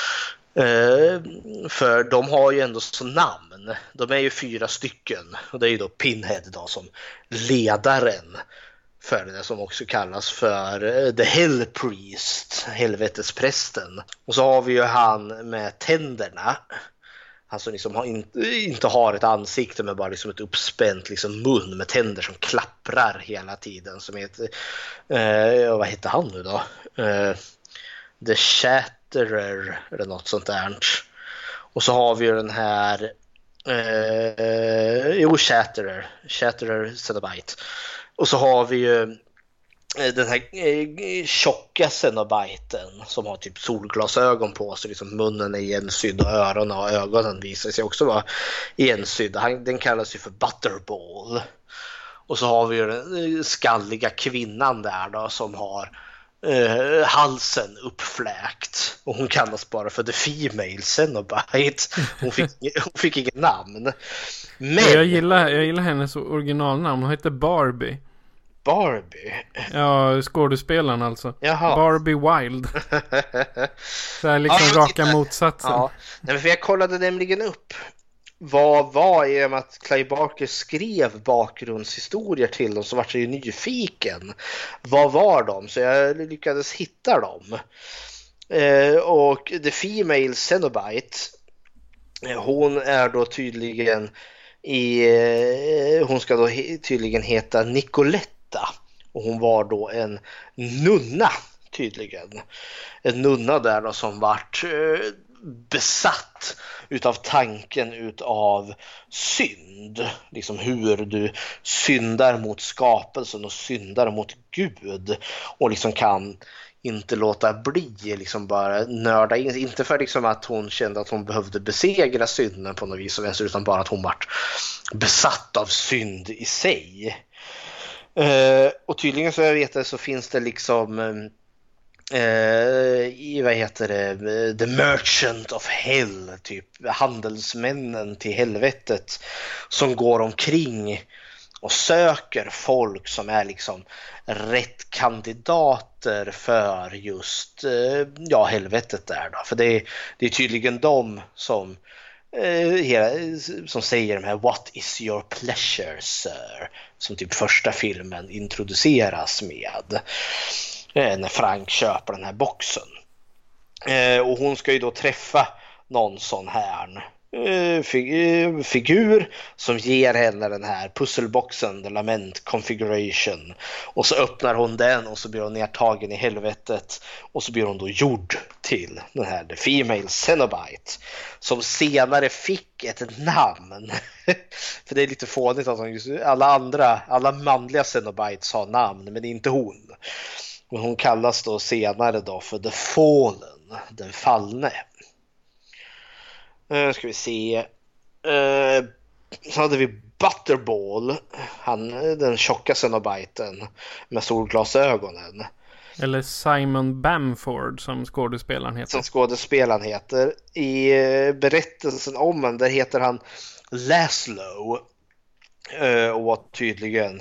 För de har ju ändå så namn. De är ju 4 stycken. Och det är ju då Pinhead då som ledaren för det som också kallas för The Hell Priest, helvetesprästen. Och så har vi ju han med tänderna. Han som liksom inte har ett ansikte, men bara liksom ett uppspänt liksom mun med tänder som klapprar hela tiden. Som heter, vad heter han nu då? The Shatterer eller något sånt där. Och så har vi ju den här Shatterer Cenobite. Och så har vi ju den här tjocka Cenobiten som har typ solglasögon på sig, liksom munnen är igensydd och öronen och ögonen visar sig också vara igensydda. Den kallas ju för Butterball. Och så har vi ju den skalliga kvinnan där då, som har halsen uppfläkt, och hon kallas bara för The Female Cenobite. Hon fick ingen namn. Men jag gillar hennes originalnamn. Hon heter Barbie. Ja, skådespelaren alltså. Jaha. Barbie Wild. Så här liksom raka motsatsen. Ja. Nej, för jag kollade nämligen upp vad var i och med att Clive Barker skrev bakgrundshistorier till dem, så var jag ju nyfiken. Vad var de? Så jag lyckades hitta dem. Och The Female Cenobite, hon är då tydligen hon ska då tydligen heta Nicoletta, och hon var då en nunna tydligen. En nunna där då som vart besatt utav tanken utav synd, liksom hur du syndar mot skapelsen och syndar mot Gud, och liksom kan inte låta bli, liksom bara nörda in, inte för liksom att hon kände att hon behövde besegra synden på något vis, utan bara att hon vart besatt av synd i sig. Och tydligen så jag vet det, så finns det liksom The Merchant of Hell, typ handelsmännen till helvetet, som går omkring och söker folk som är liksom rätt kandidater för just helvetet där då. För det är tydligen de som säger de här "What is your pleasure, sir?" som typ första filmen introduceras med när Frank köper den här boxen. Och hon ska ju då träffa någon sån här figur som ger henne den här pusselboxen, The Lament Configuration, och så öppnar hon den och så blir hon nedtagen i helvetet och så blir hon då gjord till den här The Female Cenobite, som senare fick ett namn. För det är lite fånigt att alla manliga Cenobites har namn, men inte hon. Men hon kallas då senare då för The Fallen, den fallne. Ska vi se. Så hade vi Butterball, den tjocka Cenobiten med solglasögonen. Eller Simon Bamford som skådespelaren heter. I berättelsen om den, där heter han Laszlo. Och tydligen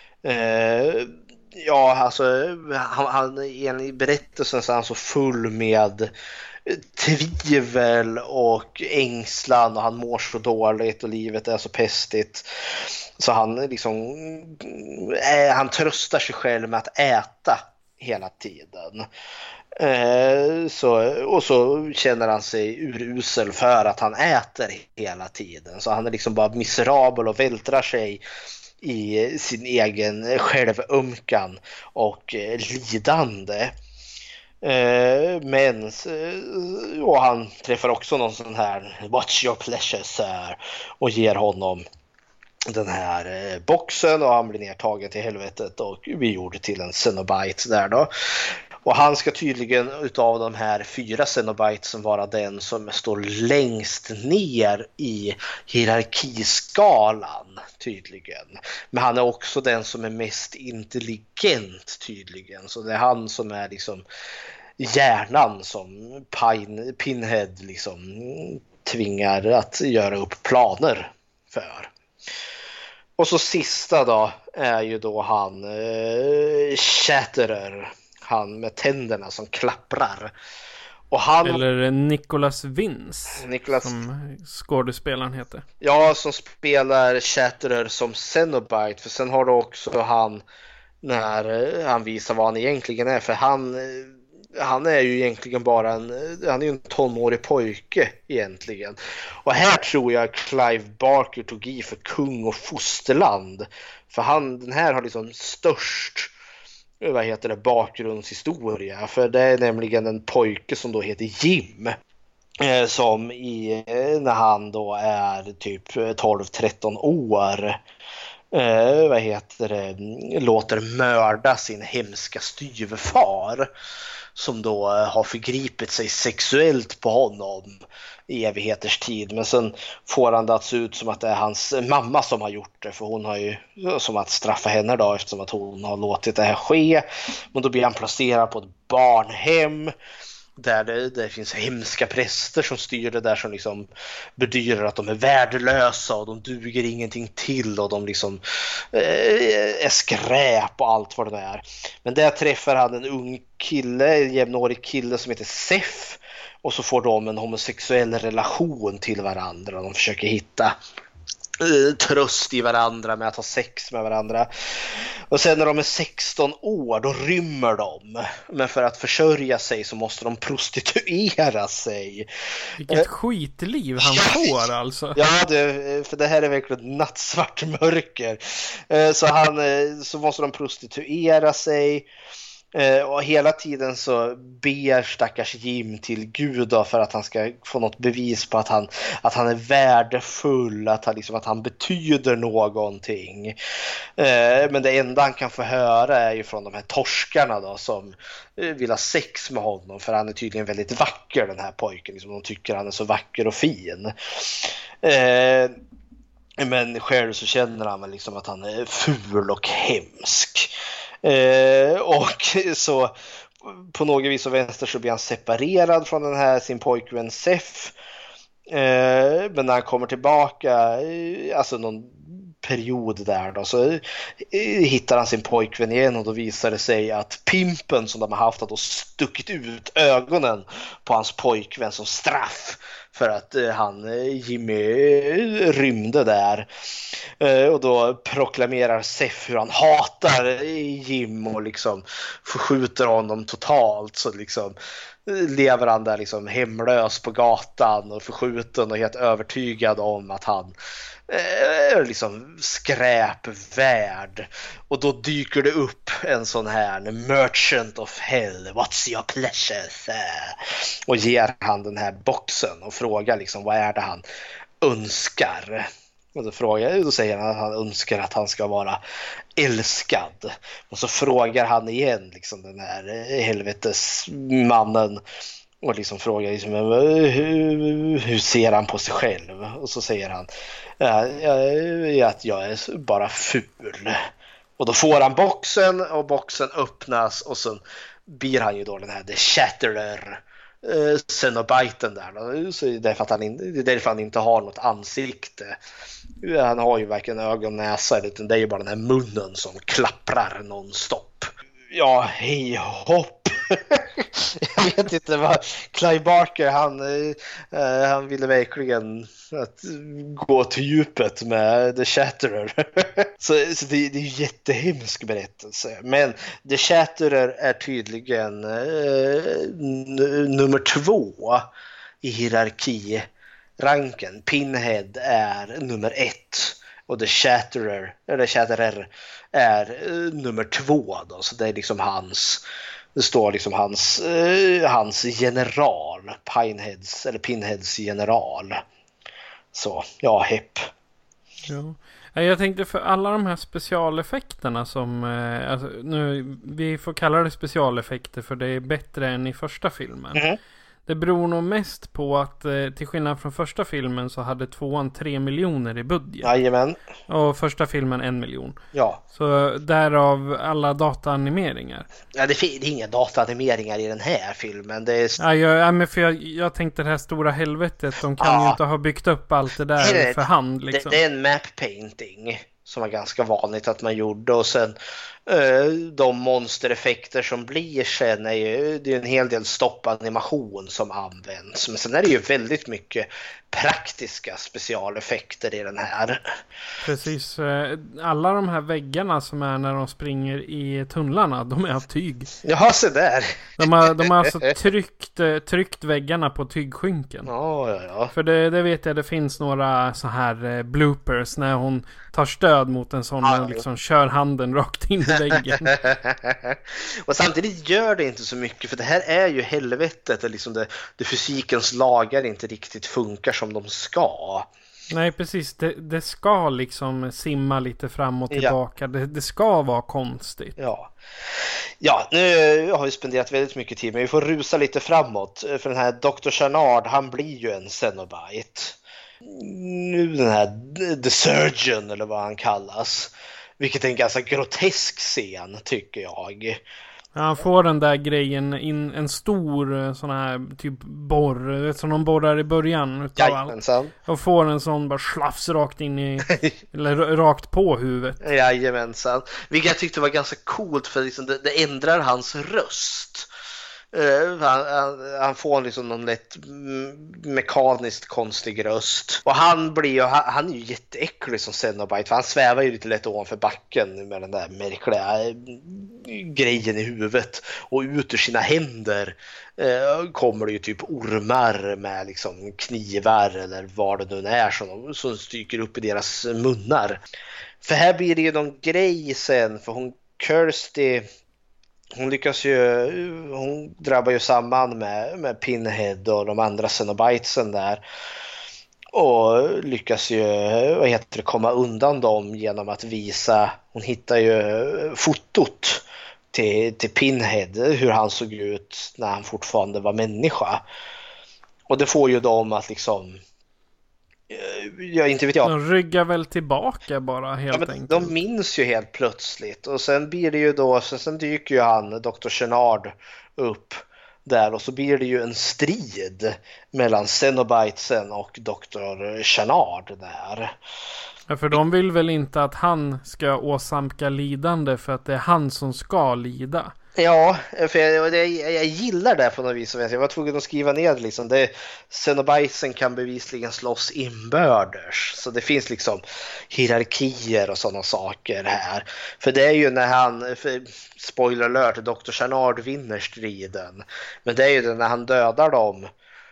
han i berättelsen så är han så full med tvivel och ängslan, och han mår så dåligt och livet är så pestigt, så han tröstar sig själv med att äta hela tiden. Så känner han sig urusel för att han äter hela tiden, så han är liksom bara miserabel och vältrar sig i sin egen självömkan och lidande. Och han träffar också någon sån här "What's your pleasure, sir?" och ger honom den här boxen, och han blir nedtagen till helvetet och vi gjorde till en Cenobite där då. Och han ska tydligen utav de här 4 Cenobitesen vara den som står längst ner i hierarkiskalan tydligen. Men han är också den som är mest intelligent tydligen. Så det är han som är liksom hjärnan som Pinhead liksom tvingar att göra upp planer för. Och så sista då är ju då han Chatterer, han med tänderna som klapprar. Och eller Nicholas Vince som skådespelaren heter. Ja, som spelar Chatterer som Cenobite. För sen har du också han när han visar vad han egentligen är. För han är ju egentligen bara han är ju en tonårig pojke egentligen. Och här tror jag Clive Barker tog i för kung och fosterland. För den här har liksom störst bakgrundshistoria. För det är nämligen en pojke som då heter Jim, som när han då är typ 12-13 år låter mörda sin hemska styvfar, som då har förgripit sig sexuellt på honom i evigheters tid. Men sen får han det att se ut som att det är hans mamma som har gjort det, för hon har ju som att straffa henne då, eftersom att hon har låtit det här ske. Men då blir han placerad på ett barnhem där det finns hemska präster som styr det där, som liksom bedyrar att de är värdelösa och de duger ingenting till och de liksom är skräp och allt vad det är. Men där träffar han en ung kille, en jämnårig kille som heter Sef, och så får de en homosexuell relation till varandra och de försöker hitta tröst i varandra med att ha sex med varandra. Och sen när de är 16 år då rymmer de. Men för att försörja sig så måste de prostituera sig. Vilket skitliv han får alltså. Ja, för det här är verkligen nattsvart mörker. Så måste de prostituera sig. Och hela tiden så ber stackars Jim till Gud då, för att han ska få något bevis på att han är värdefull, att han betyder någonting. Men det enda han kan få höra är ju från de här torskarna då, som vill ha sex med honom, för han är tydligen väldigt vacker, den här pojken. Liksom, de tycker han är så vacker och fin. Men själv så känner han väl liksom att han är ful och hemsk. Och så på något vis och vänster så blir han separerad från den här sin pojkvän Seth. Men när han kommer tillbaka, alltså någon period där då, så hittar han sin pojkvän igen och då visar det sig att pimpen som de har haft då stuckit ut ögonen på hans pojkvän som straff för att Jimmy rymde där. Och då proklamerar Seth hur han hatar Jim och liksom förskjuter honom totalt, så liksom lever han där liksom hemlös på gatan och förskjuten och helt övertygad om att han är liksom skräpvärd. Och då dyker det upp en sån här Merchant of Hell, what's your pleasure? Och ger han den här boxen och frågar liksom vad är det han önskar. Och då säger han att han önskar att han ska vara älskad. Och så frågar han igen liksom den här helvetesmannen och liksom frågar liksom, hur ser han på sig själv? Och så säger han att jag är bara ful. Och då får han boxen och boxen öppnas och så blir han ju då den här The Shatterer, Cenobiten där. Så det är därför han inte har något ansikte. Han har ju varken ögon, näsa, utan det är ju bara den här munnen som klapprar nonstop. Ja, hej hopp. Jag vet inte vad Clive Barker, han ville verkligen att gå till djupet med The Shatterer. så det är en jättehemsk berättelse. Men The Shatterer är tydligen nummer 2 i hierarkiranken. Pinhead är nummer 1 och The Shatterer är nummer 2 då. Så det är liksom det står liksom hans general, Pinheads general. Så, ja, hepp. Ja. Jag tänkte för alla de här specialeffekterna som, alltså, nu, vi får kalla det specialeffekter för det är bättre än i första filmen. Mm. Det beror nog mest på att till skillnad från första filmen så hade 2:an 3 miljoner i budget. Jajamän. Och första filmen 1 miljon. Ja. Så därav alla dataanimeringar. Ja, det är inga dataanimeringar i den här filmen. Det är... men för jag tänkte det här stora helvetet. De kan ju inte ha byggt upp allt det där för hand. Liksom. Det är en map painting som var ganska vanligt att man gjorde. Och sen de monstereffekter som blir sen är ju, det är en hel del stoppanimation som används. Men sen är det ju väldigt mycket praktiska specialeffekter i den här. Precis. Alla de här väggarna som är när de springer i tunnlarna, de är av tyg. Ja, så där. De har alltså tryckt väggarna på tygskynken. Ja. För det vet jag, det finns några så här bloopers när hon tar stöd mot en sån och liksom kör handen rakt in i väggen. Och samtidigt gör det inte så mycket, för det här är ju helvetet, liksom det fysikens lagar inte riktigt funkar som de ska. Nej, precis. Det ska liksom simma lite fram och tillbaka. Ja. Det ska vara konstigt. Ja, nu har vi spenderat väldigt mycket tid, men vi får rusa lite framåt. För den här Dr. Channard, han blir ju en Cenobite. Nu den här The Surgeon, eller vad han kallas. Vilket är en ganska grotesk scen, tycker jag. Ja, han får den där grejen in, en stor sån här typ borr, som de borrar i början utav allt. Och får en sån bara slafs rakt in i eller rakt på huvudet. Jajamensan. Vilket jag tyckte var ganska coolt, för liksom det ändrar hans röst. Han får liksom någon lätt mekaniskt konstig röst. Och han är ju jätteäcklig som Cenobite, för han svävar ju lite lätt ovanför backen med den där märkliga grejen i huvudet. Och ut ur sina händer kommer det ju typ ormar med liksom knivar eller vad det nu är som stycker upp i deras munnar. För här blir det ju någon grej sen, för Kirsty, hon drabbar ju samman med Pinhead och de andra Cenobitesen där. Och lyckas ju komma undan dem genom att visa, hon hittar ju fotot till Pinhead, hur han såg ut när han fortfarande var människa. Och det får ju dem att liksom Ja, inte vet jag. De ryggar väl tillbaka bara helt enkelt. De minns ju helt plötsligt. Och sen blir det ju då, sen dyker ju han, Dr. Chenard, upp där. Och så blir det ju en strid mellan Cenobitesen och Dr. Chenard där. Ja, för de vill väl inte att han ska åsamka lidande för att det är han som ska lida. Ja, för jag gillar det på något vis. Jag var tvungen att skriva ner liksom det. Cenobitesen kan bevisligen slåss inbördes. Så det finns liksom hierarkier och sådana saker här. För det är ju när han, spoiler alert, Dr. Chenard vinner striden. Men det är ju när han dödar dem.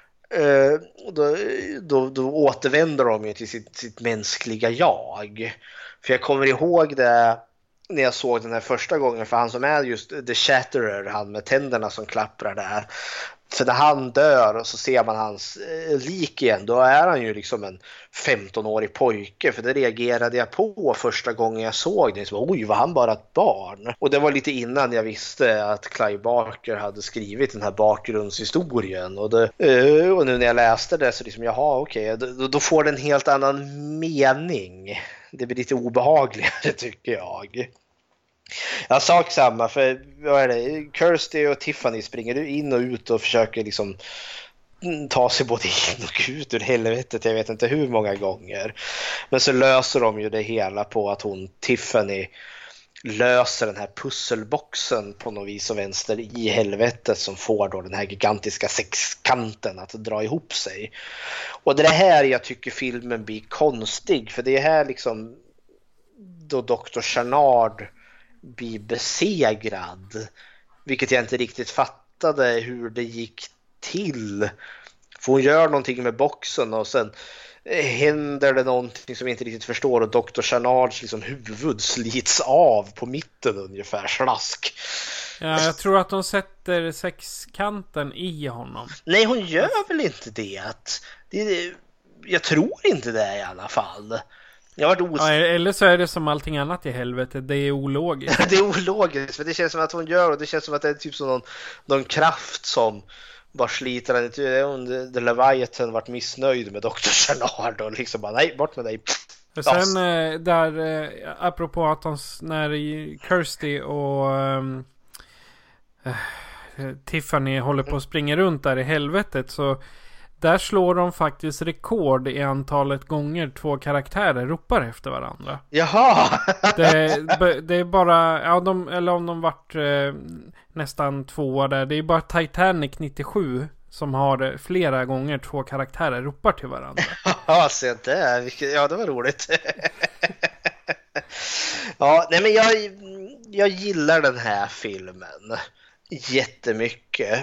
Då återvänder de ju till sitt mänskliga jag. För jag kommer ihåg det när jag såg den här första gången, för han som är just The Shatterer, han med tänderna som klapprar där. För när han dör och så ser man hans lik igen, då är han ju liksom en 15-årig pojke. För det reagerade jag på första gången jag såg det. Så, oj, var han bara ett barn? Och det var lite innan jag visste att Clive Barker hade skrivit den här bakgrundshistorien. Och nu när jag läste det så liksom, jaha, okej, då får det en helt annan mening. Det blir lite obehagligare tycker jag. Jag sak samma, för vad är det? Kirsty och Tiffany springer in och ut och försöker liksom ta sig både in och ut ur helvetet, jag vet inte hur många gånger. Men så löser de ju det hela på att Tiffany löser den här pusselboxen på något vis och vänster i helvetet som får då den här gigantiska sexkanten att dra ihop sig. Och det är här jag tycker filmen blir konstig, för det är här liksom då Dr. Chenard blir besegrad, vilket jag inte riktigt fattade hur det gick till. För hon gör någonting med boxen och sen händer det någonting som jag inte riktigt förstår och Dr. Chenards liksom huvud slits av på mitten ungefär, slask. Ja, jag tror att de sätter sexkanten i honom. Nej, hon gör väl inte det. Jag tror inte det i alla fall. Eller så är det som allting annat i helvetet. Det är ologiskt. Det är ologiskt, för det känns som att hon gör, och det känns som att det är typ som någon kraft som bara sliter henne. The Leviathan varit missnöjd med Dr. Chenard och liksom bara, nej, bort med dig. Och sen apropå att när Kirsty och Tiffany håller på att springa runt där i helvetet, så där slår de faktiskt rekord i antalet gånger två karaktärer ropar efter varandra. Jaha! Det är bara, eller om de varit nästan tvåa där. Det är bara Titanic 97 som har flera gånger två karaktärer ropar till varandra. Ja, se där. Ja, det var roligt. Ja, nej men jag gillar den här filmen jättemycket.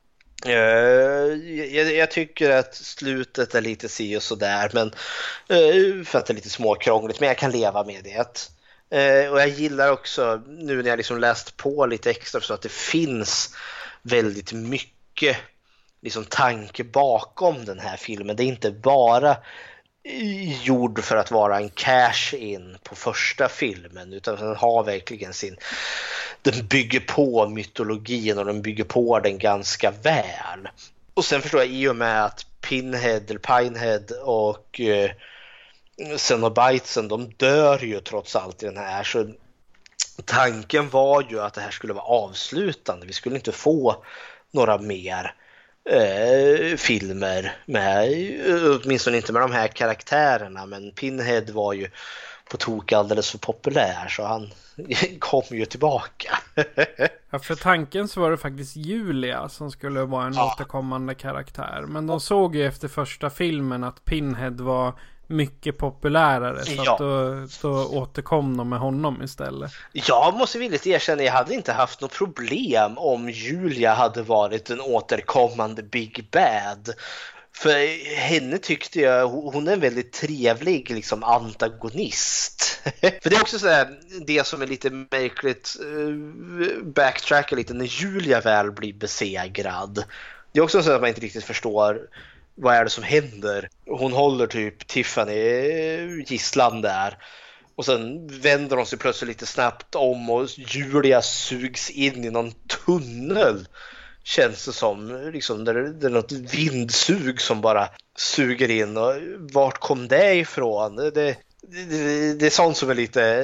Jag tycker att slutet är lite si och sådär, men för att det är lite småkrångligt, men jag kan leva med det. Och jag gillar också nu när jag liksom läst på lite extra så att det finns väldigt mycket liksom tanke bakom den här filmen. Det är inte bara gjord för att vara en cash-in på första filmen, utan den har verkligen den bygger på mytologin och den bygger på den ganska väl. Och sen förstår jag, i och med att Pinehead och Cenobitesen, de dör ju trots allt i den här, så tanken var ju att det här skulle vara avslutande. Vi skulle inte få några mer filmer med, åtminstone inte med de här karaktärerna, men Pinhead var ju på tok alldeles för populär, så han kom ju tillbaka. Ja, för tanken så var det faktiskt Julia som skulle vara en återkommande karaktär, men de såg ju efter första filmen att Pinhead var mycket populärare, så att då återkom de med honom istället. Jag måste villigt erkänna, jag hade inte haft något problem om Julia hade varit en återkommande Big Bad. För henne tyckte jag, hon är en väldigt trevlig liksom antagonist. För det är också så här, det som är lite märkligt, backtracka lite, när Julia väl blir besegrad. Det är också så att man inte riktigt förstår vad är det som händer. Hon håller typ Tiffany gisslan där. Och sen vänder de sig plötsligt lite snabbt om och Julia sugs in i någon tunnel känns det som. Liksom, det är något vindsug som bara suger in. Och vart kom det ifrån? Det är sånt som är lite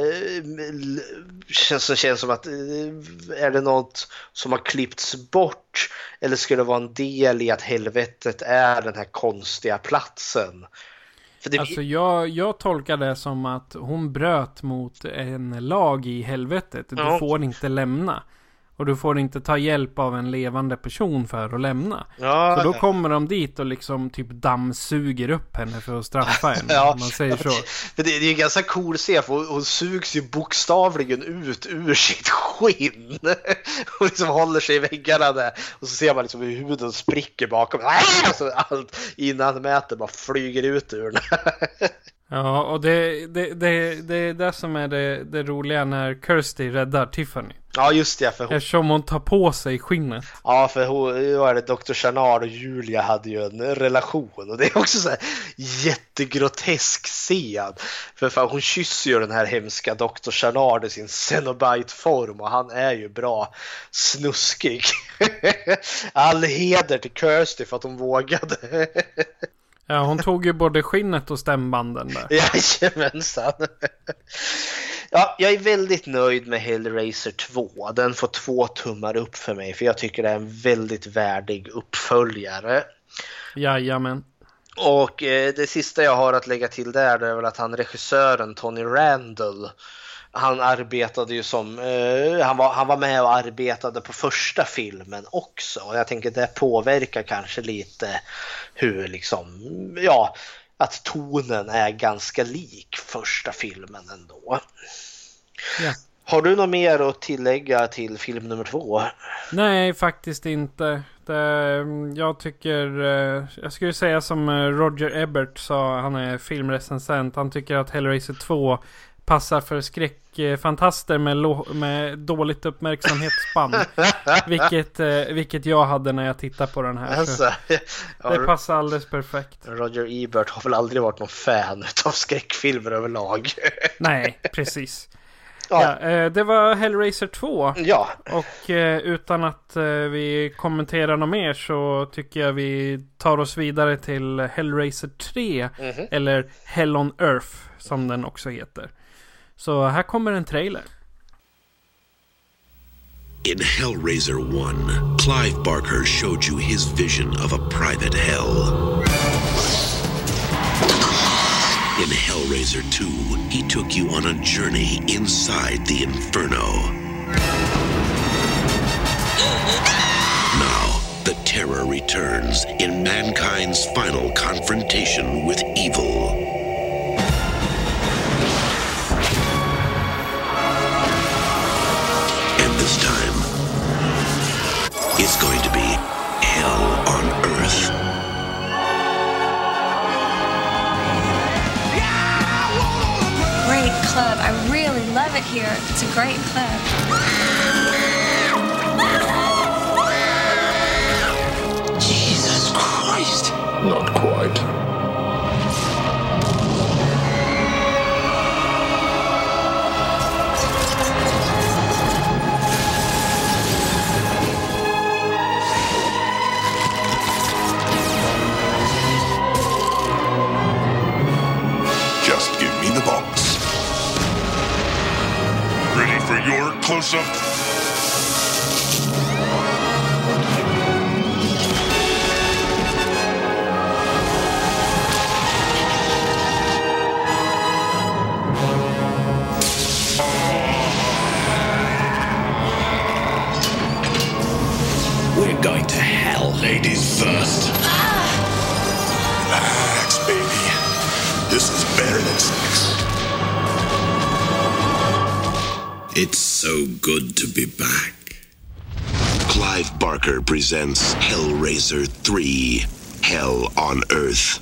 känns som att är det något som har klippts bort, eller skulle det vara en del i att helvetet är den här konstiga platsen? För alltså jag tolkar det som att hon bröt mot en lag i helvetet. Du får inte lämna. Och du får inte ta hjälp av en levande person för att lämna. Så då kommer de dit och liksom typ dammsuger upp henne för att straffa henne. Om man säger så. Det är ju ganska cool att se, för hon sugs ju bokstavligen ut ur sitt skinn. Och liksom håller sig i väggarna där. Och så ser man liksom hur huden spricker bakom. Så allt innanmätet bara flyger ut ur den. Ja, och det är det som är det roliga när Kirsty räddar Tiffany. Ja, just det. Eftersom hon tar på sig skinnet. Ja, för Dr. Chanard och Julia hade ju en relation. Och det är också så här jättegrotesk scen. För hon kysser ju den här hemska Dr. Chanard i sin Cenobite-form. Och han är ju bra snuskig. All heder till Kirsty för att hon vågade. Ja, hon tog ju både skinnet och stämbanden där. Jajamensan. Ja, jag är väldigt nöjd med Hellraiser 2. Den får 2 tummar upp för mig, för jag tycker det är en väldigt värdig uppföljare. Jajamän. Och det sista jag har att lägga till där är väl att regissören Tony Randall, han arbetade ju som han var med och arbetade på första filmen också, och jag tänker det påverkar kanske lite hur liksom, ja, att tonen är ganska lik första filmen ändå. Ja. Har du något mer att tillägga till film nummer 2? Nej, faktiskt inte. Jag tycker, jag skulle säga som Roger Ebert sa, han är filmrecensent, han tycker att Hellraiser 2 passar för skräckfantaster med dåligt uppmärksamhetsspann. vilket jag hade när jag tittade på den här. Alltså, det passar alldeles perfekt. Roger Ebert har väl aldrig varit någon fan av skräckfilmer överlag. Nej, precis. Ja, det var Hellraiser 2. Ja. Och utan att vi kommenterar något mer så tycker jag vi tar oss vidare till Hellraiser 3. Eller Hell on Earth som den också heter. Så här kommer en trailer. In Hellraiser 1, Clive Barker showed you his vision of a private hell. In Hellraiser 2, he took you on a journey inside the Inferno. Now, the terror returns in mankind's final confrontation with evil. This time, it's going to be hell on earth. Great club. I really love it here. It's a great club. Jesus Christ. Not quite. Close-up. We're going to hell. Ladies first. Relax, baby. This is better than sex. It's so good to be back. Clive Barker presents Hellraiser 3, Hell on Earth.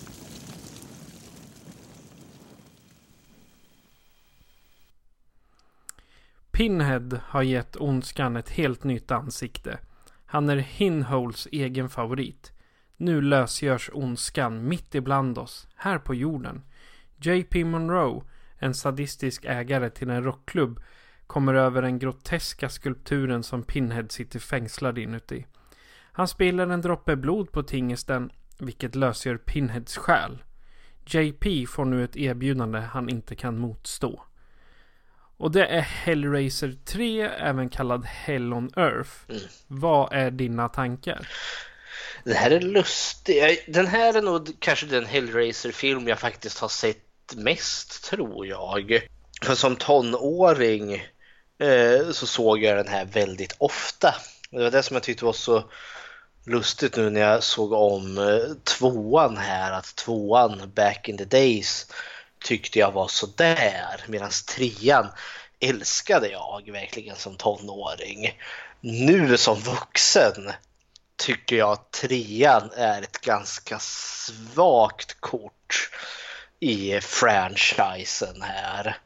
Pinhead har gett ondskan ett helt nytt ansikte. Han är Hinholes egen favorit. Nu lösgörs ondskan mitt ibland oss, här på jorden. J.P. Monroe, en sadistisk ägare till en rockklubb, kommer över den groteska skulpturen som Pinhead sitter fängslad inuti. Han spiller en droppe blod på tingesten, vilket löser Pinheads själ. JP får nu ett erbjudande han inte kan motstå. Och det är Hellraiser 3, även kallad Hell on Earth. Vad är dina tankar? Det här är lustigt. Den här är nog kanske den Hellraiser-film jag faktiskt har sett mest, tror jag. För som tonåring så såg jag den här väldigt ofta. Det var det som jag tyckte var så lustigt nu när jag såg om tvåan här. Att tvåan back in the days tyckte jag var så där, medan trean älskade jag verkligen som tonåring. Nu som vuxen tycker jag att trean är ett ganska svagt kort i franchisen här.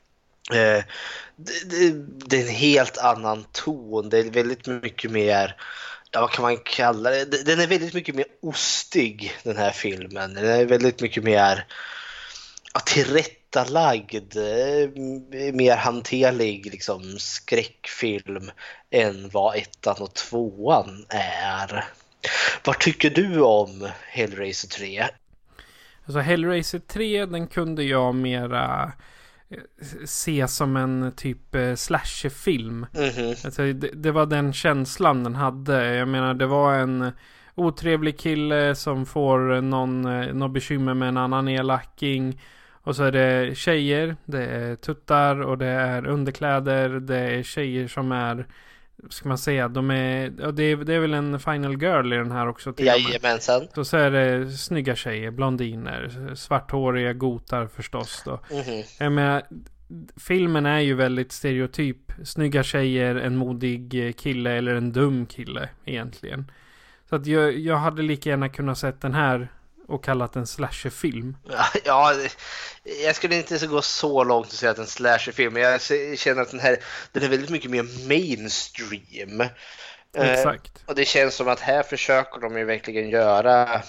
Det är en helt annan ton. Det är väldigt mycket mer, vad kan man kalla det? Den är väldigt mycket mer ostig, den här filmen. Den är väldigt mycket mer tillrättalagd, mer hanterlig liksom skräckfilm än vad ettan och tvåan är. Vad tycker du om Hellraiser 3? Alltså Hellraiser 3, den kunde jag mera se som en typ slasherfilm. Alltså, det var den känslan den hade. Jag menar, det var en otrevlig kille som får någon bekymmer med en annan elacking. Och så är det tjejer, det är tuttar och det är underkläder. Det är tjejer som är, ska man säga, det är väl en final girl i den här också. Jajamensan. Så är det snygga tjejer, blondiner, svarthåriga gotar förstås då. Jag menar, filmen är ju väldigt stereotyp. Snygga tjejer, en modig kille eller en dum kille egentligen. Så att jag hade lika gärna kunnat sett den här och kallat en slasherfilm. Ja, jag skulle inte gå så långt att säga att en slasherfilm, men jag känner att den är väldigt mycket mer mainstream. Exakt. Och det känns som att här försöker de ju verkligen göra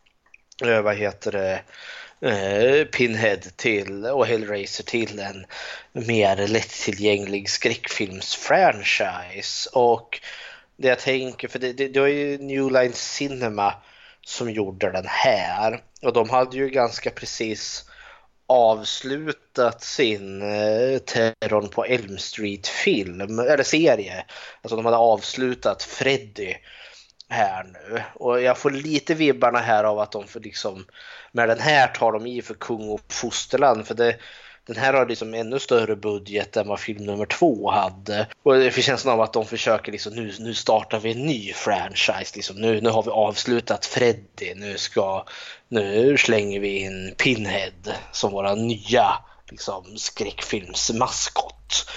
Pinhead till och Hellraiser till en mer lättillgänglig skräckfilmsfranchise. Och det jag tänker, för det var ju New Line Cinema som gjorde den här, och de hade ju ganska precis avslutat sin Terrorn på Elm Street film eller serie. Alltså de hade avslutat Freddy här nu, och jag får lite vibbarna här av att de får liksom, med den här tar de i för kung och fosterland, för den här har liksom ännu större budget än vad film nummer 2 hade. Och det känns som att de försöker liksom, nu startar vi en ny franchise liksom. Nu har vi avslutat Freddy. Nu slänger vi in Pinhead som våra nya liksom skräckfilmsmaskott.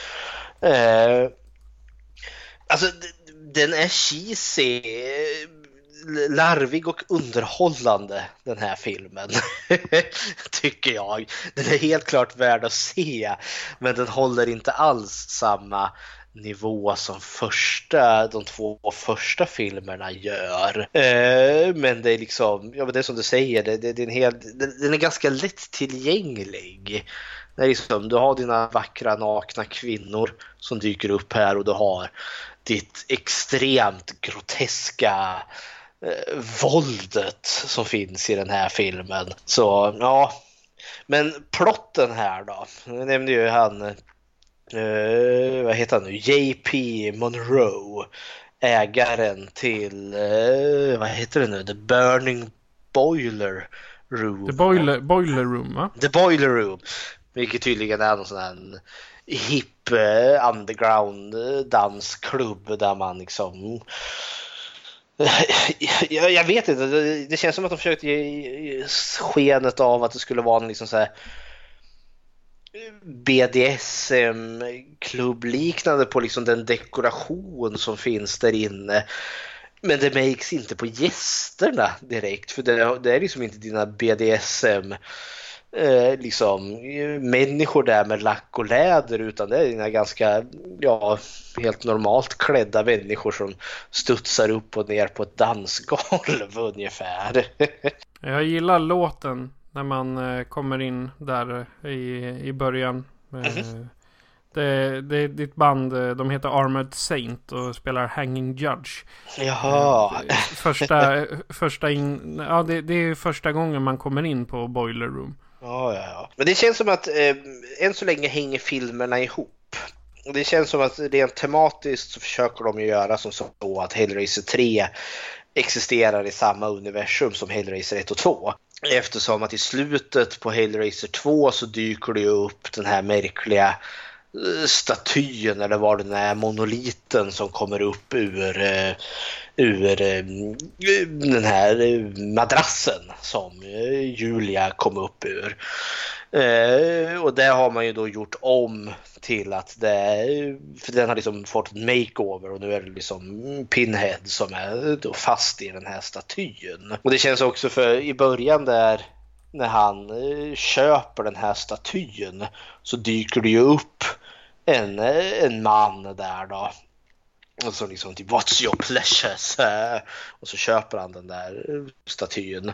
Alltså den är cheesy, larvig och underhållande, den här filmen. Tycker jag. Den är helt klart värd att se, men den håller inte alls samma nivå som de 2 första filmerna gör. Men det är liksom, ja, men det är som du säger, den är ganska lättillgänglig. Det är liksom, du har dina vackra nakna kvinnor som dyker upp här, och du har ditt extremt groteska våldet som finns i den här filmen. Så ja, men plotten här då. Jag nämnde ju han, vad heter han nu? JP Monroe, ägaren till vad heter det nu? The Burning Boiler Room. Boiler Room, va? The Boiler Room, vilket tydligen är någon sån här hip underground dansklubb där man liksom, jag vet inte, det känns som att de försökte ge skenet av att det skulle vara en liksom så här BDSM-klubb liknande på liksom den dekoration som finns där inne. Men det märks inte på gästerna direkt, för det är liksom inte dina BDSM liksom människor där med lack och läder, utan det är dina ganska helt normalt klädda människor som studsar upp och ner på ett dansgolv ungefär. Jag gillar låten när man kommer in där i början. Det är ditt band, de heter Armored Saint och spelar Hanging Judge. Jaha. Det är första gången man kommer in på Boiler Room. Ja. Men det känns som att än så länge hänger filmerna ihop. Det känns som att rent tematiskt så försöker de ju göra som så att Hellraiser 3 existerar i samma universum som Hellraiser 1 och 2. Eftersom att i slutet på Hellraiser 2 så dyker det ju upp den här märkliga statyn eller vad den är, monoliten som kommer upp ur den här madrassen som Julia kom upp ur. Och det har man ju då gjort om till att för den har liksom fått en makeover och nu är det liksom Pinhead som är då fast i den här statyn. Och det känns också för i början där när han köper den här statyn så dyker det ju upp en man där då. Och så liksom typ what's your pleasures? Och så köper han den där statyn.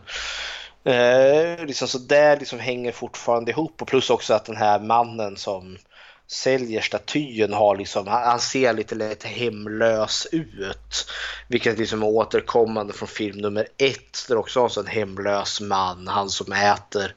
Liksom så där liksom hänger fortfarande ihop och plus också att den här mannen som säljer statyn har liksom, han ser lite hemlös ut, vilket liksom är återkommande från film nummer 1 där också har en hemlös man, han som äter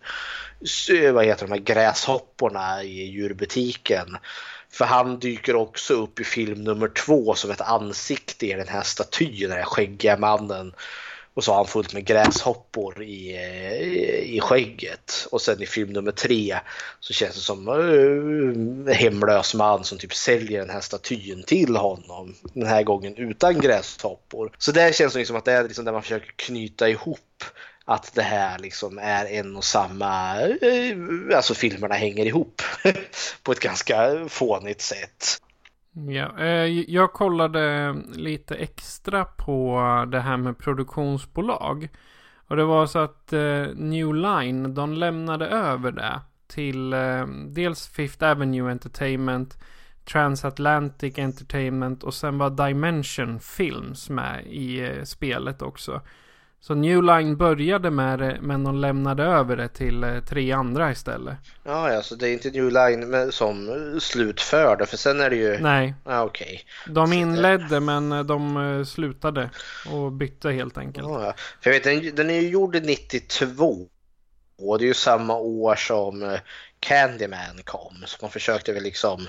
de här gräshopporna i djurbutiken. För han dyker också upp i film nummer 2 som ett ansikte i den här statyn, den här skäggiga mannen. Och så har han fullt med gräshoppor i skägget. Och sen i film nummer 3 så känns det som en hemlös man som typ säljer den här statyn till honom. Den här gången utan gräshoppor. Så det känns liksom att det är liksom där man försöker knyta ihop att det här liksom är en och samma, alltså filmerna hänger ihop på ett ganska fånigt sätt. Ja, jag kollade lite extra på det här med produktionsbolag. Och det var så att New Line, de lämnade över det till dels Fifth Avenue Entertainment, Transatlantic Entertainment och sen var Dimension Films med i spelet också. Så New Line började med det, men de lämnade över det till 3 andra istället. Ja, så det är inte New Line som slutförde, för sen är det ju... Nej. Okej. De inledde, men de slutade och bytte helt enkelt. Ja. För jag vet, den är ju gjord 92 och det är ju samma år som Candyman kom. Så man försökte väl liksom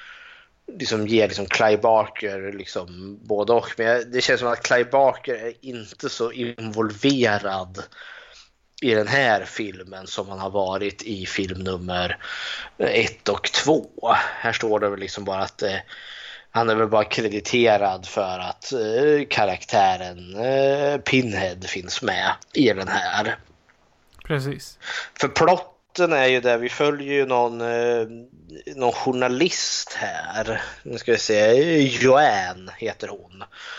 ge liksom Clive Barker liksom både och, men det känns som att Clive Barker är inte så involverad i den här filmen som han har varit i film nummer 1 och 2. Här står det väl liksom bara att han är väl bara krediterad för att karaktären Pinhead finns med i den här. Precis. För plotten är ju där vi följer ju någon journalist här. Nu ska vi se, Joanne heter hon.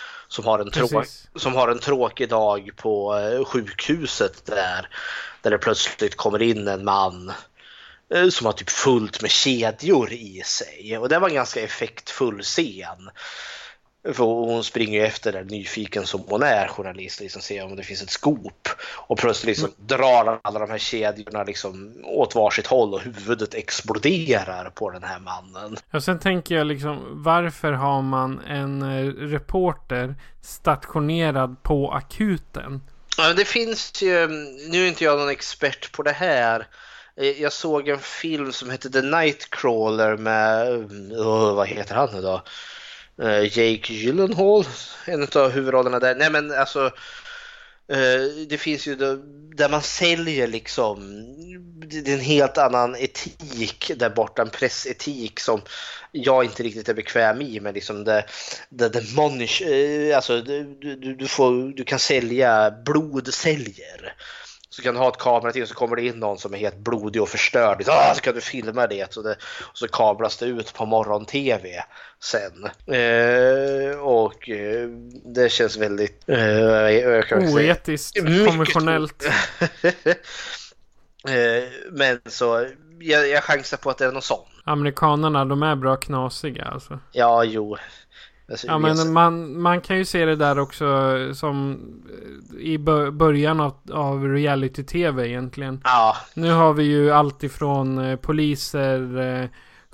Som har en tråkig dag på sjukhuset där det plötsligt kommer in en man som har typ fullt med kedjor i sig. Och det var en ganska effektfull scen. För hon springer ju efter den nyfiken som hon är, journalist, liksom ser om det finns ett skop. Och plötsligt liksom drar alla de här kedjorna liksom åt varsitt håll och huvudet exploderar på den här mannen. Och sen tänker jag liksom, varför har man en reporter stationerad på akuten? Ja, det finns ju, nu är inte jag någon expert på det här. Jag såg en film som heter The Nightcrawler med, vad heter han nu då? Jake Gyllenhaal, en av huvudrollerna där. Nej, men alltså det finns ju där man säljer liksom, det är en helt annan etik där borta, en pressetik som jag inte riktigt är bekväm i, men liksom det monish, alltså du kan sälja blodsäljer. Så kan du ha ett kamera till och så kommer det in någon som är helt blodig och förstörd. Så kan du filma det och så kablas det ut på morgon-tv sen. Och det känns väldigt oetiskt, konventionellt. Men så jag chansar på att det är någon sån. Amerikanerna, de är bra knasiga alltså. Ja, jo. Alltså, ja, men man kan ju se det där också som i början av reality-tv egentligen. Ja. Nu har vi ju allt ifrån poliser,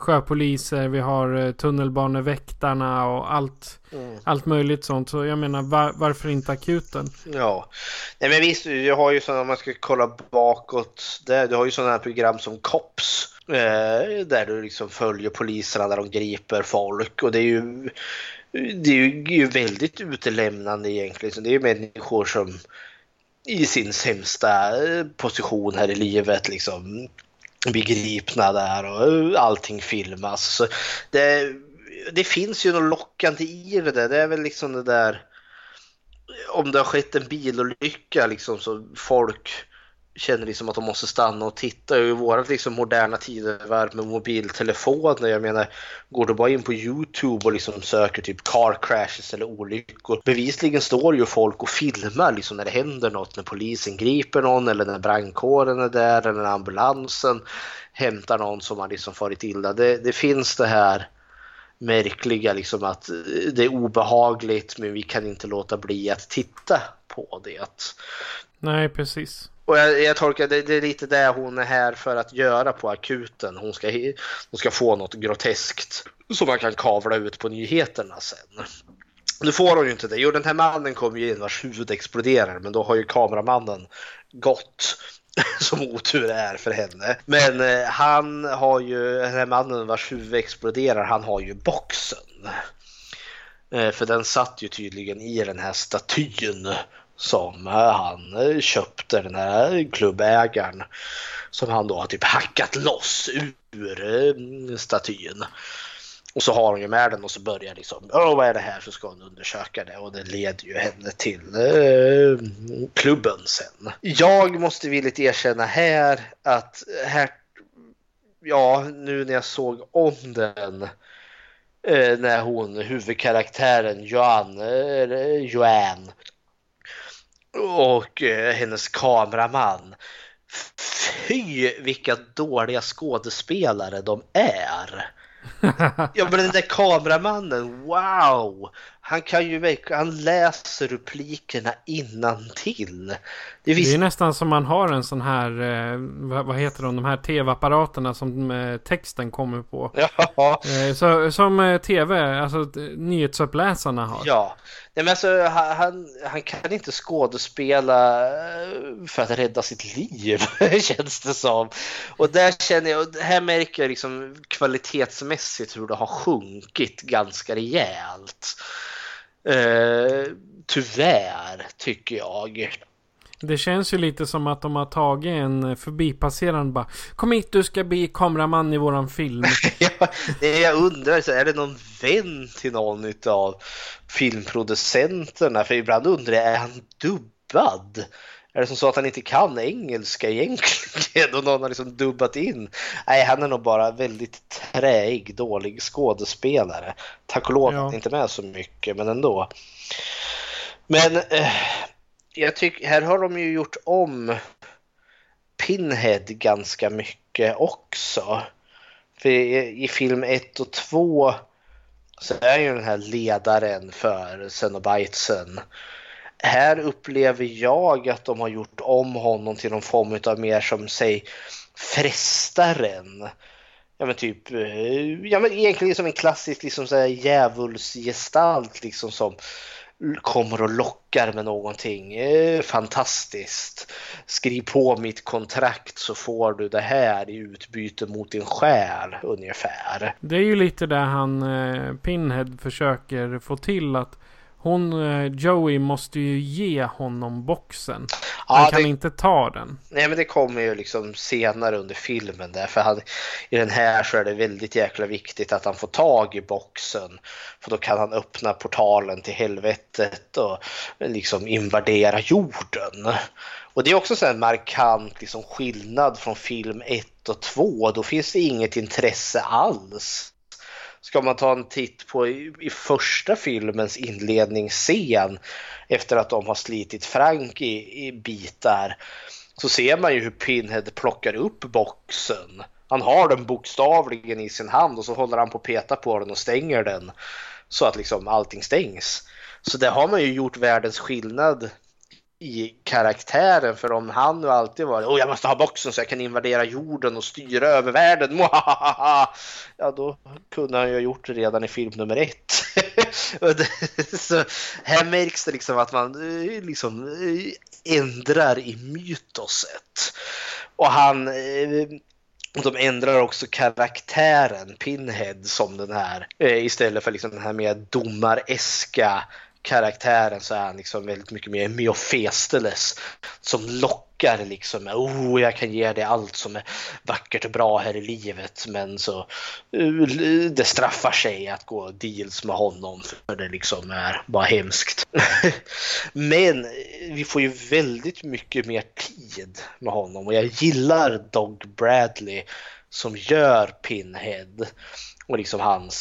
sjöpoliser, vi har tunnelbaneväktarna och allt möjligt sånt. Så jag menar, varför inte akuten? Ja, nej men visst, jag har ju sådana, om man ska kolla bakåt där, du har ju sådana här program som Cops, där du liksom följer poliserna när de griper folk, och det är ju väldigt utelämnande egentligen. Så det är ju människor som i sin sämsta position här i livet liksom begripna där, och allting filmas. Så det finns ju något lockande i det. Det är väl liksom det där, om det har skett en bilolycka liksom, så folk känner liksom att de måste stanna och titta. I våra liksom moderna tider med mobiltelefoner, jag menar, går du bara in på YouTube och liksom söker typ car crashes eller olyckor, bevisligen står ju folk och filmar liksom när det händer något, när polisen griper någon, eller när brandkåren är där, eller när ambulansen hämtar någon som har liksom farit illa. Det finns det här märkliga liksom, att det är obehagligt, men vi kan inte låta bli att titta på det. Nej, precis. Och jag tolkar det är lite det hon är här för att göra på akuten. Hon ska få något groteskt som man kan kavla ut på nyheterna sen. Nu får hon ju inte det. Jo, den här mannen kommer ju in vars huvud exploderar, men då har ju kameramannen gått, som otur är för henne. Men han har ju, den här mannen vars huvud exploderar, han har ju boxen. För den satt ju tydligen i den här statyn som han köpte, den här klubbägaren, som han då har typ hackat loss ur statyn. Och så har hon ju med den och så börjar liksom, vad är det här? Så ska hon undersöka det, och det leder ju henne till klubben sen. Jag måste villigt erkänna här att nu när jag såg om den, när huvudkaraktären Joanne och hennes kameraman, fy vilka dåliga skådespelare de är. Ja, men den där kameramannen, wow, han läser replikerna innantill. Det är nästan som man har en sån här, vad heter de här tv-apparaterna som texten kommer på. Ja. Som tv, alltså nyhetsuppläsarna har. Ja, nej, men alltså, han kan inte skådespela för att rädda sitt liv, känns det som. Och där känner jag, och här märker jag liksom kvalitetsmässigt hur det har sjunkit ganska rejält. Tyvärr, tycker jag. Det känns ju lite som att de har tagit en förbipasserande bara, kom hit, du ska bli kameraman i våran film. Ja, jag undrar, så är det någon vän till någon av filmproducenterna? För ibland undrar jag, är han dubbad? Är det som så att han inte kan engelska egentligen och någon har liksom dubbat in? Nej, han är nog bara väldigt träig, dålig skådespelare. Tack och lov inte med så mycket, men ändå. Men jag tycker, här har de ju gjort om Pinhead ganska mycket också. För i film 1 och 2 så är ju den här ledaren för Cenobitesen. Här upplever jag att de har gjort om honom till någon form av mer som säg frestaren. Ja, men typ, ja, men egentligen som en klassisk liksom så här djävulsgestalt liksom, som kommer och lockar med någonting fantastiskt. Skriv på mitt kontrakt så får du det här i utbyte mot din själ ungefär. Det är ju lite där han Pinhead försöker få till att Joey måste ju ge honom boxen. Han kan inte ta den. Nej, men det kommer ju liksom senare under filmen där, för i den här så är det väldigt jäkla viktigt att han får tag i boxen, för då kan han öppna portalen till helvetet och liksom invadera jorden. Och det är också så en markant liksom skillnad från film 1 och 2. Då finns det inget intresse alls. Ska man ta en titt på i första filmens inledningsscen, efter att de har slitit Frank i bitar, så ser man ju hur Pinhead plockar upp boxen. Han har den bokstavligen i sin hand och så håller han på att peta på den och stänger den så att liksom allting stängs. Så där har man ju gjort världens skillnad i karaktären, för om han nu alltid var jag måste ha boxen så jag kan invadera jorden och styra över världen, ja då kunde han ju ha gjort det redan i film nummer 1. Så här märks det liksom att man liksom ändrar i mytoset, och de ändrar också karaktären Pinhead som den här, istället för liksom den här mer domareska karaktären, så är han liksom väldigt mycket mer Mephistopheles som lockar liksom, jag kan ge dig allt som är vackert och bra här i livet, men så det straffar sig att gå deals med honom, för det liksom är bara hemskt. Men vi får ju väldigt mycket mer tid med honom, och jag gillar Doug Bradley som gör Pinhead, och liksom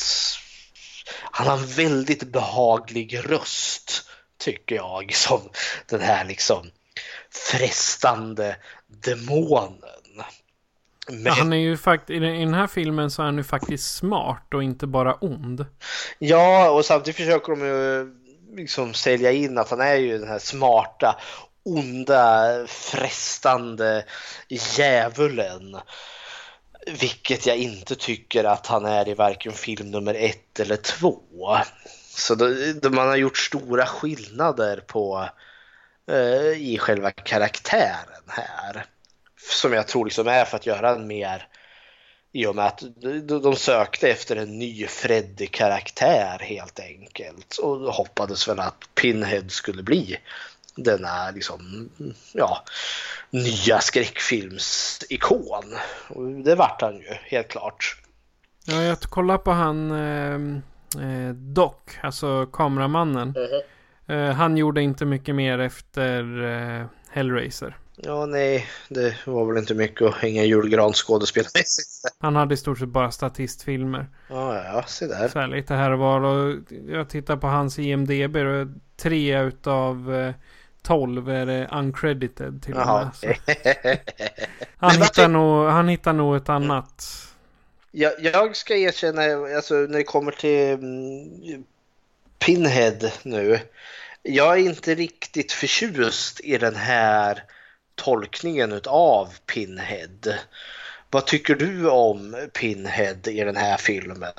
han har en väldigt behaglig röst, tycker jag, som den här liksom frestande demonen. Men han är ju faktiskt, i den här filmen så är han ju faktiskt smart och inte bara ond. Ja, och samtidigt försöker de ju liksom sälja in att han är ju den här smarta, onda, frestande djävulen. Vilket jag inte tycker att han är i varken film nummer 1 eller 2. Så man har gjort stora skillnader på i själva karaktären här. Som jag tror liksom är för att göra en mer, i och med att de sökte efter en ny Freddy-karaktär helt enkelt. Och hoppades väl att Pinhead skulle bli denna liksom, nya skräckfilmsikon. Och det vart han ju, helt klart. Ja, jag kollar på han Doc, alltså kameramannen. Han gjorde inte mycket mer efter Hellraiser. Ja, nej, det var väl inte mycket att hänga julgranskådespelmässigt. Han hade i stort sett bara statistfilmer. Ja, se där. Så här lite här och var. Och jag tittar på hans IMDb och 3 utav 12 är det uncredited till och med. Han hittar nog ett annat. Jag ska erkänna, alltså, när det kommer till Pinhead nu, jag är inte riktigt förtjust i den här tolkningen av Pinhead. Vad tycker du om Pinhead i den här filmen?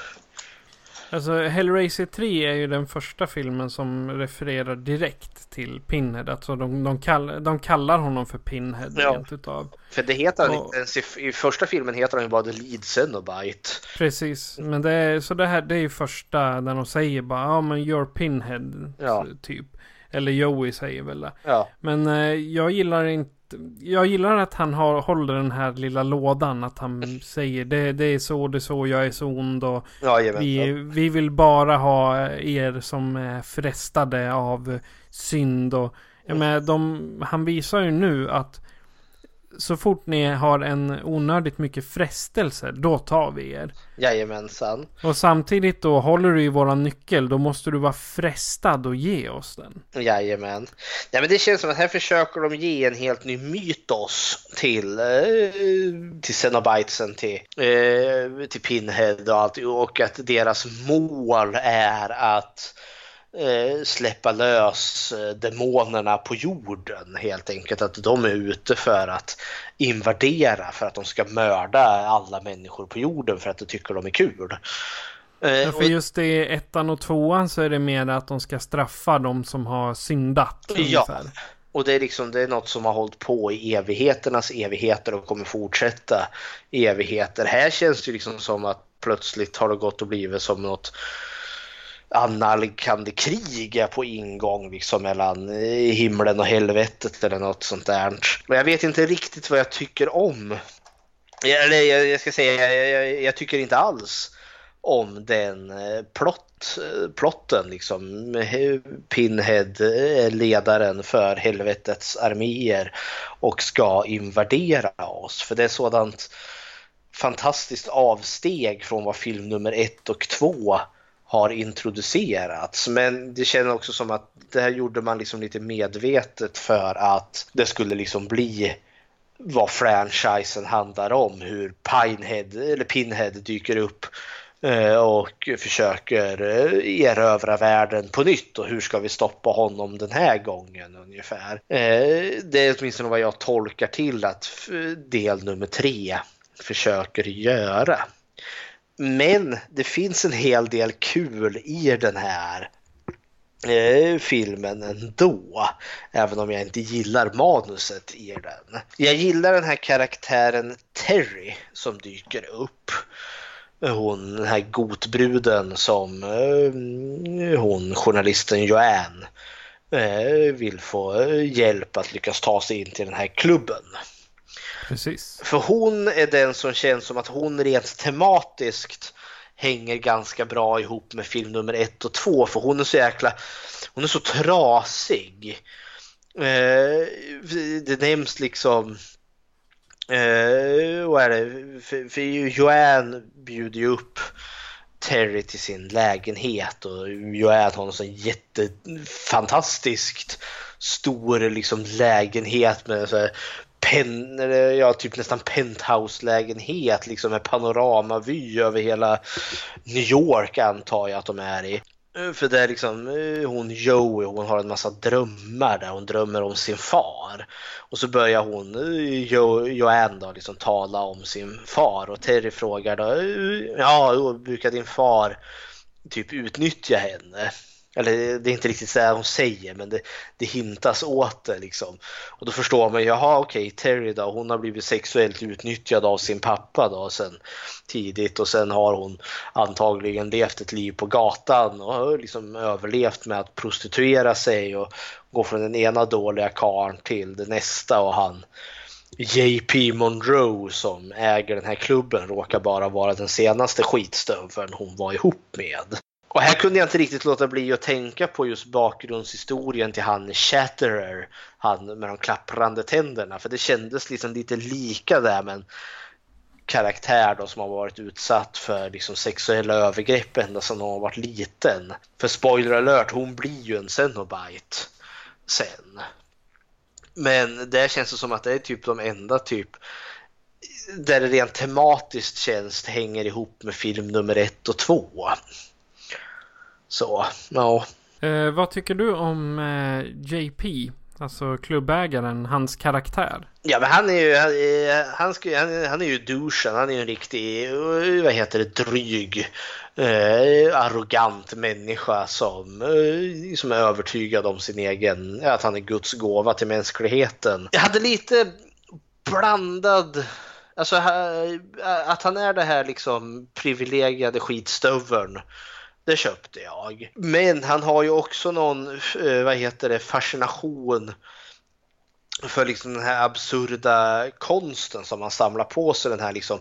Alltså Hellraiser 3 är ju den första filmen som refererar direkt till Pinhead. Alltså de kallar honom för Pinhead. Ja, utav. För det heter han inte ens i första filmen, heter han ju bara The Lead Cenobite. Precis, men det är ju första där de säger bara men you're Pinhead, typ. Eller Joey säger väl det. Ja. Men jag gillar att han håller den här lilla lådan, att han säger det är så, jag är så ond, och vi vill bara ha er som är frestade av synd, och han visar ju nu att så fort ni har en onödigt mycket frestelse, då tar vi er. Jajamensan. Och samtidigt då håller du i våran nyckel, då måste du vara frestad och ge oss den. Jajamän. Ja, men det känns som att här försöker de ge en helt ny mytos till Cenobitesen, till Pinhead och allt, och att deras mål är att släppa lös demonerna på jorden, helt enkelt, att de är ute för att invadera, för att de ska mörda alla människor på jorden för att de tycker de är kul. För just i 1 och 2 så är det mer att de ska straffa de som har syndat ungefär. Och det är något som har hållit på i evigheternas evigheter och kommer fortsätta i evigheter. Här känns det liksom som att plötsligt har det gått och blivit som något annalkande krig på ingång liksom, mellan himlen och helvetet eller något sånt där. Och jag vet inte riktigt vad jag tycker om. Jag ska säga, jag tycker inte alls om den plotten liksom. Pinhead är ledaren för helvetets arméer och ska invadera oss. För det är sådant fantastiskt avsteg från vad film nummer 1 och 2 har introducerats, men det känns också som att det här gjorde man liksom lite medvetet för att det skulle liksom bli vad franchisen handlar om, hur Pinhead dyker upp och försöker erövra världen på nytt, och hur ska vi stoppa honom den här gången ungefär. Det är åtminstone vad jag tolkar till att del nummer 3 försöker göra. Men det finns en hel del kul i den här filmen ändå, även om jag inte gillar manuset i den. Jag gillar den här karaktären Terry som dyker upp. Den här gotbruden som journalisten Joanne vill få hjälp att lyckas ta sig in till den här klubben. Precis. För hon är den som känns som att hon rent tematiskt hänger ganska bra ihop med film nummer 1 och 2, för hon är så trasig. Det nämns liksom vad är det? För Joanne bjuder ju upp Terry till sin lägenhet, och Joanne har en sån jättefantastiskt stor liksom lägenhet med så här typ nästan penthouse-lägenhet liksom, med panoramavy över hela New York, antar jag att de är i. För det är liksom hon Joey, hon har en massa drömmar där hon drömmer om sin far, och så börjar hon Joanne då liksom tala om sin far, och Terry frågar då, ja, brukar din far typ utnyttja henne? Eller det är inte riktigt så här hon säger, men det hintas åt det liksom. Och då förstår man, jaha okej, Terry då, hon har blivit sexuellt utnyttjad av sin pappa då sen tidigt, och sen har hon antagligen levt ett liv på gatan och har liksom överlevt med att prostituera sig och gå från den ena dåliga karln till det nästa, och han JP Monroe som äger den här klubben råkar bara vara den senaste skitstöveln hon var ihop med. Och här kunde jag inte riktigt låta bli att tänka på just bakgrundshistorien till han Chatterer, han med de klapprande tänderna. För det kändes liksom lite lika där, med en karaktär då som har varit utsatt för liksom sexuella övergrepp ända sedan hon har varit liten. För spoiler alert, hon blir ju en Cenobite sen. Men det känns det som att det är typ de enda typ där det rent tematiskt känns hänger ihop med film nummer 1 och 2. Så, ja. Vad tycker du om JP, alltså klubbägaren, hans karaktär? Ja, men han är ju douchen, han är ju en riktig, dryg, arrogant människa som är övertygad om sin egen, att han är Guds gåva till mänskligheten. Jag hade lite blandad, alltså att han är det här liksom privilegierade skitstöveln. Det köpte jag. Men han har ju också någon fascination för liksom den här absurda konsten som han samlar på sig, den här liksom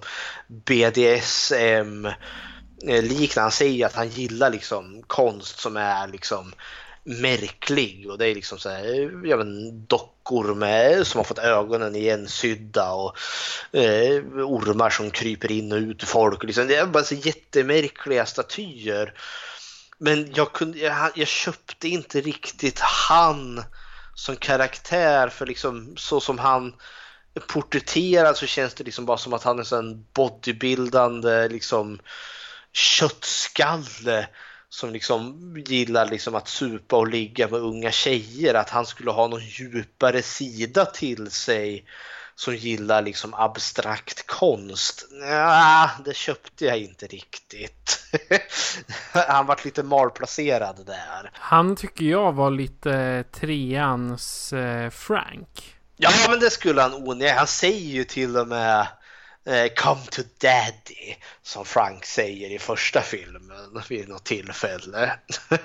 BDSM liknande. Han säger att han gillar liksom konst som är liksom märklig, och det är liksom så här, dockor som har fått ögonen igensydda och ormar som kryper in och ut folk, och liksom, det är bara så jättemärkliga statyer. Men jag köpte inte riktigt han som karaktär, för liksom så som han porträtterad så känns det liksom bara som att han är en bodybuildande liksom köttskalle som liksom gillar liksom att supa och ligga med unga tjejer, att han skulle ha någon djupare sida till sig som gillar liksom abstrakt konst. Ja, det köpte jag inte riktigt. Han var lite malplacerad där. Han tycker jag var lite treans Frank. Ja, men det skulle han onekligen. Han säger ju till och med come to daddy, som Frank säger i första filmen vid något tillfälle.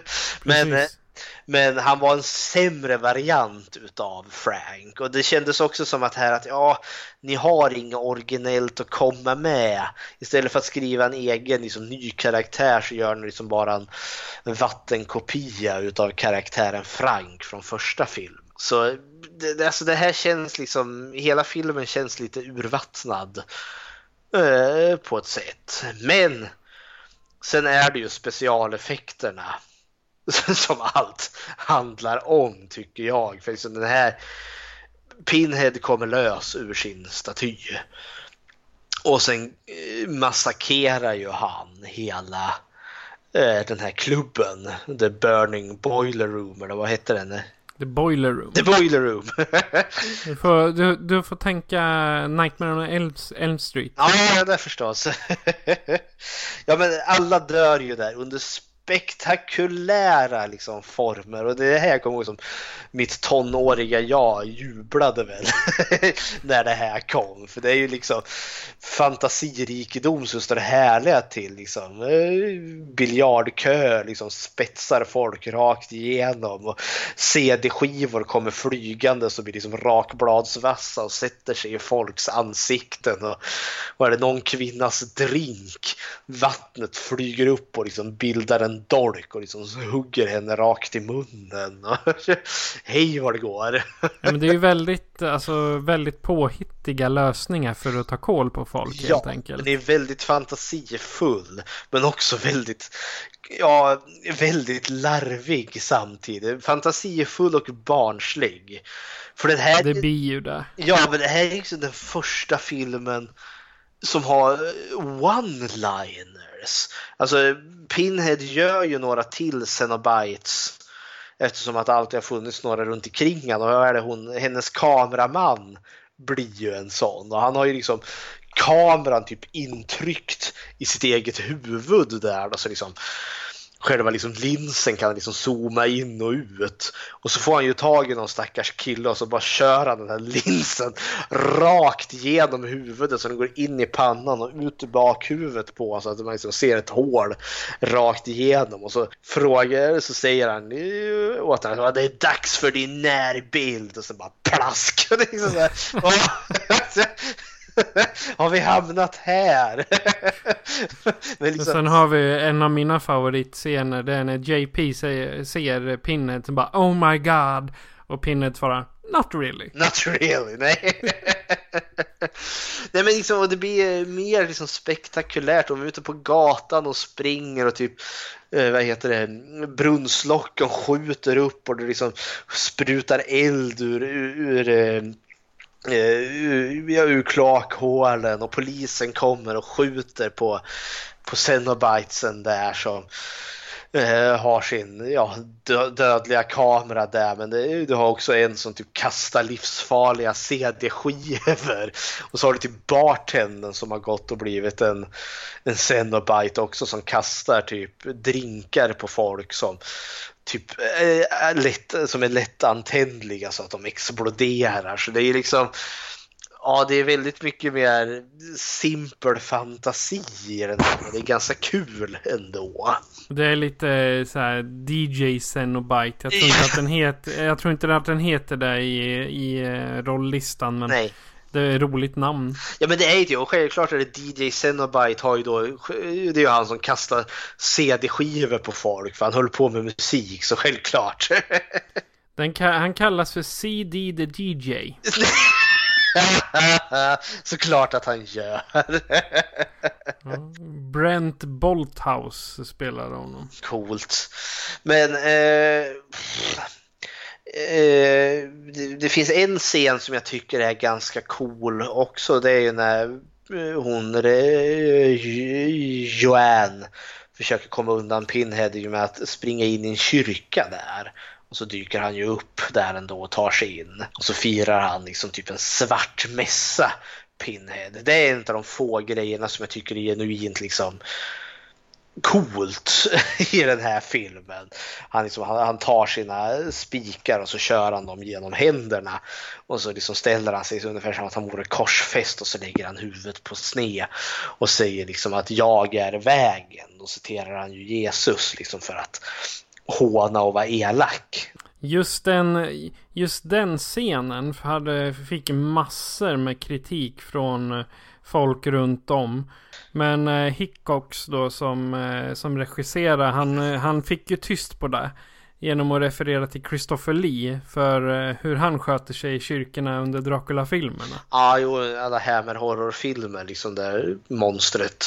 Men han var en sämre variant utav Frank, och det kändes också som att ni har inga originellt att komma med. Istället för att skriva en egen liksom, ny karaktär, så gör ni liksom bara en vattenkopia utav karaktären Frank från första filmen. Så det här känns liksom, hela filmen känns lite urvattnad på ett sätt. Men sen är det ju specialeffekterna som allt handlar om, tycker jag. För liksom den här Pinhead kommer lös ur sin staty. Och sen massakrerar ju han hela den här klubben, The Burning Boiler Room, eller vad heter den? The Boiler Room. The Boiler Room. du får tänka Nightmare on Elm Street. Ja, det förstås. Ja, men alla dör ju där under spektakulära liksom former, och det här kommer ihåg som mitt tonåriga jag jublade väl när det här kom, för det är ju liksom fantasirikedom som står härliga till liksom. Biljardkö liksom spetsar folk rakt igenom, och CD-skivor kommer flygande som blir liksom rakbladsvassa och sätter sig i folks ansikten, och är det någon kvinnas drink, vattnet flyger upp och liksom bildar en dolk och liksom hugger henne rakt i munnen. Hej vad det går. Ja, men det är ju väldigt påhittiga lösningar för att ta koll på folk, helt enkelt. Men det är väldigt fantasifull, men också väldigt larvig samtidigt. Fantasifull och barnslig. För den här, det blir ju det. Ja, men det här är liksom den första filmen som har one-liners. Alltså Pinhead gör ju några till Cenobites, eftersom att det alltid har funnits några runt omkring han, och är det hennes kameraman blir ju en sån, och han har ju liksom kameran typ intryckt i sitt eget huvud där, så liksom själva liksom linsen kan liksom zooma in och ut, och så får han ju tag i någon stackars kille och så bara kör han den här linsen rakt genom huvudet så den går in i pannan och ut i bakhuvudet på, så att man liksom ser ett hål rakt igenom, och så säger han åt honom att det är dags för din närbild, och så bara plask. Det är liksom så här, har vi hamnat här? Men liksom... Sen har vi en av mina favoritscener, det är när JP ser Pinhead och bara oh my god, och Pinhead svarar not really, nej. Nej, men liksom, och det blir mer liksom spektakulärt, och vi är ute på gatan och springer och typ brunnslocken skjuter upp och det liksom sprutar eld ur kloakhålen, och polisen kommer och skjuter på Cenobitesen där som har sin dödliga kamera där, men du har också en som typ kastar livsfarliga CD-skivor, och så har du typ bartendern som har gått och blivit en Cenobite också, som kastar typ drinkar på folk som typ som är lättantändliga så att de exploderar. Så det är liksom, det är väldigt mycket mer simpel fantasi i den här. Det är ganska kul ändå. Det är lite så här DJ Cenobite. Jag tror inte att den heter det i rolllistan, men nej. Det är ett roligt namn. Ja, men det är ju, och självklart är det DJ Cenobite har ju då, det är ju han som kastar CD-skivor på folk, för han höll på med musik, så självklart. Han kallas för CD the DJ. Såklart att han gör. Brent Bolthouse spelar honom. Coolt. Men det finns en scen som jag tycker är ganska cool också. Det är ju när Joanne försöker komma undan Pinhead i och med att springa in i en kyrka där. Och så dyker han ju upp där ändå och tar sig in. Och så firar han liksom typ en svart mässa, Pinhead. Det är en av de få grejerna som jag tycker är genuint liksom coolt i den här filmen. Han tar sina spikar och så kör han dem genom händerna, och så liksom ställer han sig ungefär som att han vore korsfäst, och så lägger han huvudet på sned och säger liksom att jag är vägen. Då citerar han ju Jesus liksom för att håna och vara elak. Just den scenen fick massor med kritik från folk runt om. Men Hickox då som regisserade, han fick ju tyst på det genom att referera till Christopher Lee för hur han sköter sig i kyrkorna under Dracula-filmerna. Ja, jo, alla Hammer horrorfilmer, liksom där monstret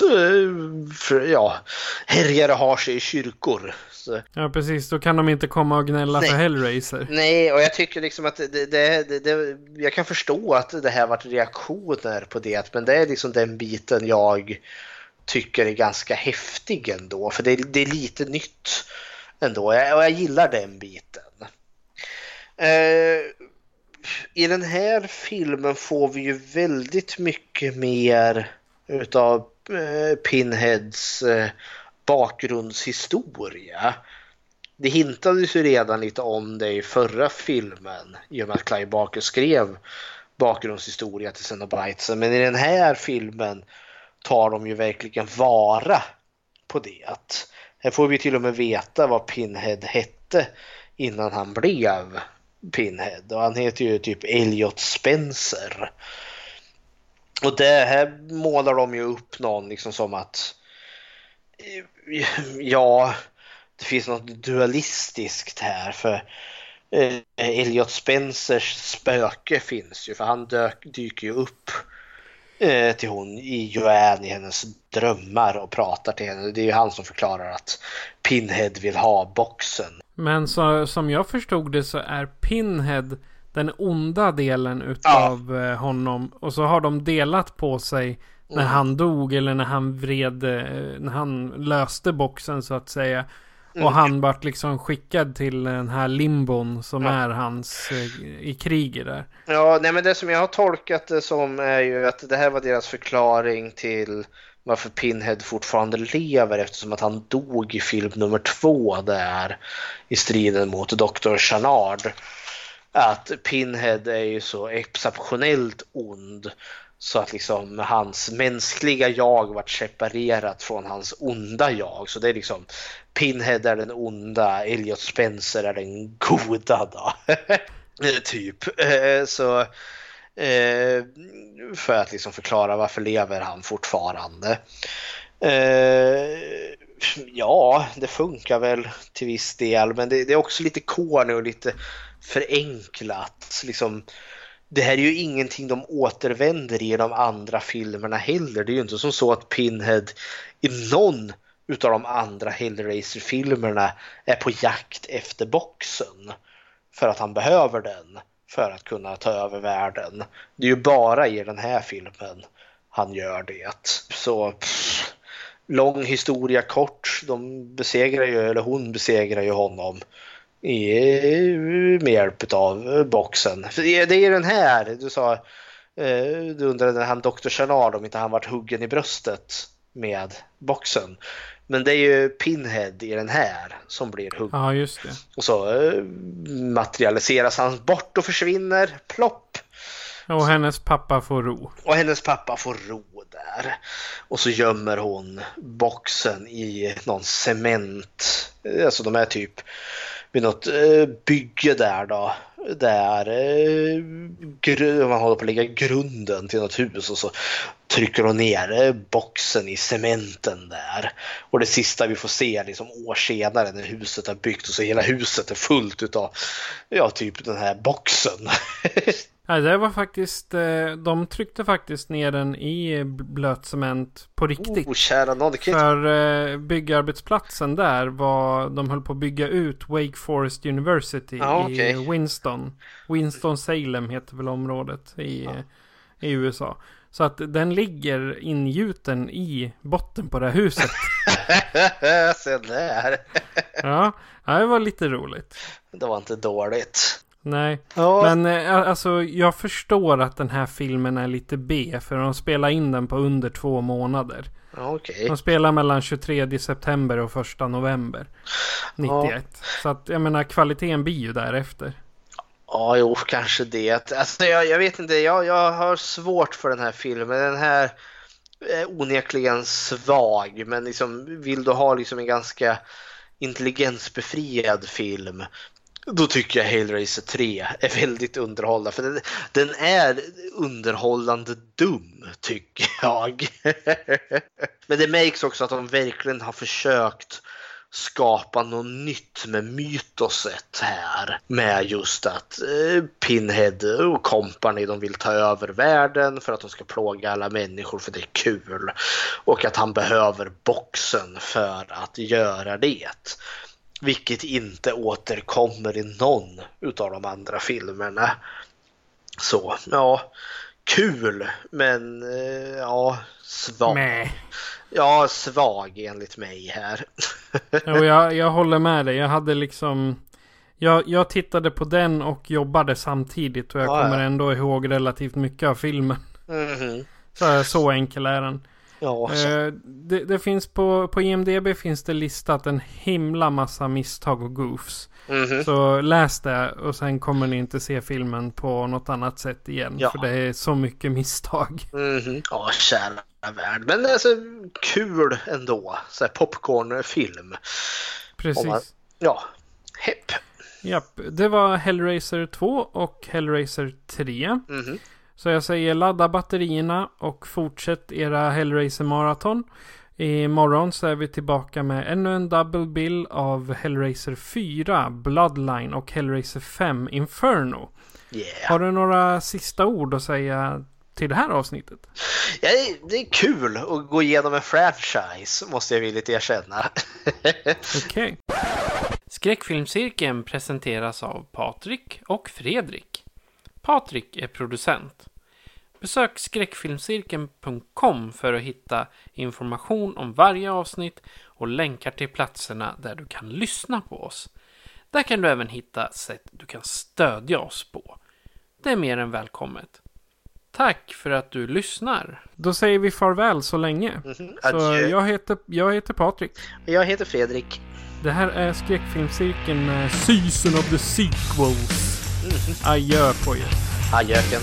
härjar och har sig i kyrkor. Så. Ja, precis. Då kan de inte komma och gnälla för Hellraiser. Nej, och jag tycker liksom att jag kan förstå att det här varit reaktioner på det, men det är liksom den biten jag tycker är ganska häftig ändå, för det är lite nytt ändå, och jag gillar den biten. I den här filmen får vi ju väldigt mycket mer utav Pinheads bakgrundshistoria. Det hintades ju redan lite om det i förra filmen i och med att Clive Barker skrev bakgrundshistoria till Cenobite, men i den här filmen tar de ju verkligen vara på det. Här får vi till och med veta vad Pinhead hette innan han blev Pinhead, och han heter ju typ Elliot Spencer. Och det här målar de ju upp någon liksom som att det finns något dualistiskt här, för Elliot Spencers spöke finns ju, för han dyker ju upp till hon i Joanne i hennes drömmar och pratar till henne. Det är ju han som förklarar att Pinhead vill ha boxen. Men som jag förstod det så är Pinhead den onda delen utav honom, och så har de delat på sig när han dog, eller när han löste boxen så att säga. Och han vart liksom skickad till den här limbon som är hans i kriget där. Ja, nej, men det som jag har tolkat det som är ju att det här var deras förklaring till varför Pinhead fortfarande lever, eftersom att han dog i film nummer 2 där i striden mot Dr. Channard. Att Pinhead är ju så exceptionellt ond så att liksom hans mänskliga jag varit separerat från hans onda jag. Så det är liksom Pinhead är den onda, Elliot Spencer är den goda då. Typ. Så för att liksom förklara varför lever han fortfarande. Ja, det funkar väl till viss del, men det är också lite corny och lite förenklat liksom. Det här är ju ingenting de återvänder i de andra filmerna heller. Det är ju inte som så att Pinhead i någon utav de andra Hellraiser-filmerna är på jakt efter boxen för att han behöver den för att kunna ta över världen. Det är ju bara i den här filmen han gör det. Så lång historia kort, hon besegrar ju honom med hjälp av boxen. Det är den här, du sa, du undrade när han Dr. Channard om inte han varit huggen i bröstet med boxen. Men det är ju Pinhead i den här som blir huggen. Ja, just det. Och så materialiseras han bort och försvinner. Plopp. Och hennes pappa får ro. Där. Och så gömmer hon boxen i någon cement. Alltså de är typ vid något bygge där då. Där man håller på att lägga grunden till något hus, och så trycker hon ner boxen i cementen där. Och det sista vi får se är liksom år senare när huset är byggt, och så hela huset är fullt utav typ den här boxen. Ja, det var faktiskt, de tryckte faktiskt ner den i blöt cement på riktigt. Kära någon, för byggarbetsplatsen där de höll på att bygga ut Wake Forest University i Winston-Salem heter väl området i USA. Så att den ligger ingjuten i botten på det här huset. Se där. Ja, det var lite roligt. Det var inte dåligt. Nej, men alltså jag förstår att den här filmen är lite B, för de spelar in den på under 2 månader. Okay. De spelar mellan 23 september och 1 november 91. Så att jag menar, kvaliteten blir ju därefter. Ja, jo, kanske det. Alltså, jag vet inte, jag har svårt för den här filmen. Den här är onekligen svag, men liksom, vill du ha liksom en ganska intelligensbefriad film, då tycker jag Hellraiser 3 är väldigt underhållande. För den är underhållande dum, tycker jag. Men det märks också att de verkligen har försökt skapa något nytt med mytoset här. Med just att Pinhead och company, de vill ta över världen för att de ska plåga alla människor för det är kul. Och att han behöver boxen för att göra det. Vilket inte återkommer i någon utav de andra filmerna. Så, ja, kul, men ja, svag. Mäh. Ja, svag enligt mig här. Jo, jag håller med dig. Jag hade liksom... Jag tittade på den och jobbade samtidigt och jag kommer ändå ihåg relativt mycket av filmen. Så enkel är den. Ja, det finns på IMDb finns det listat en himla massa misstag och goofs. Så läs det och sen kommer ni inte se filmen på något annat sätt igen. För det är så mycket misstag. Ja, kära värld. Men alltså kul ändå. Så här popcornfilm. Precis. Hepp. Japp, det var Hellraiser 2 och Hellraiser 3. Så jag säger ladda batterierna och fortsätt era Hellraiser-maraton. Imorgon så är vi tillbaka med ännu en double bill av Hellraiser 4, Bloodline och Hellraiser 5, Inferno. Har du några sista ord att säga till det här avsnittet? Ja, det är kul att gå igenom en franchise, måste jag villigt erkänna. Okej. Skräckfilmscirkeln presenteras av Patrik och Fredrik. Patrik är producent. Besök skräckfilmscirkeln.com för att hitta information om varje avsnitt och länkar till platserna där du kan lyssna på oss. Där kan du även hitta sätt du kan stödja oss på. Det är mer än välkommet. Tack för att du lyssnar. Då säger vi farväl så länge. Så jag heter Patrik. Jag heter Fredrik. Det här är Skräckfilmscirkeln med Season of the Sequels. Adjö på er. Adjöken.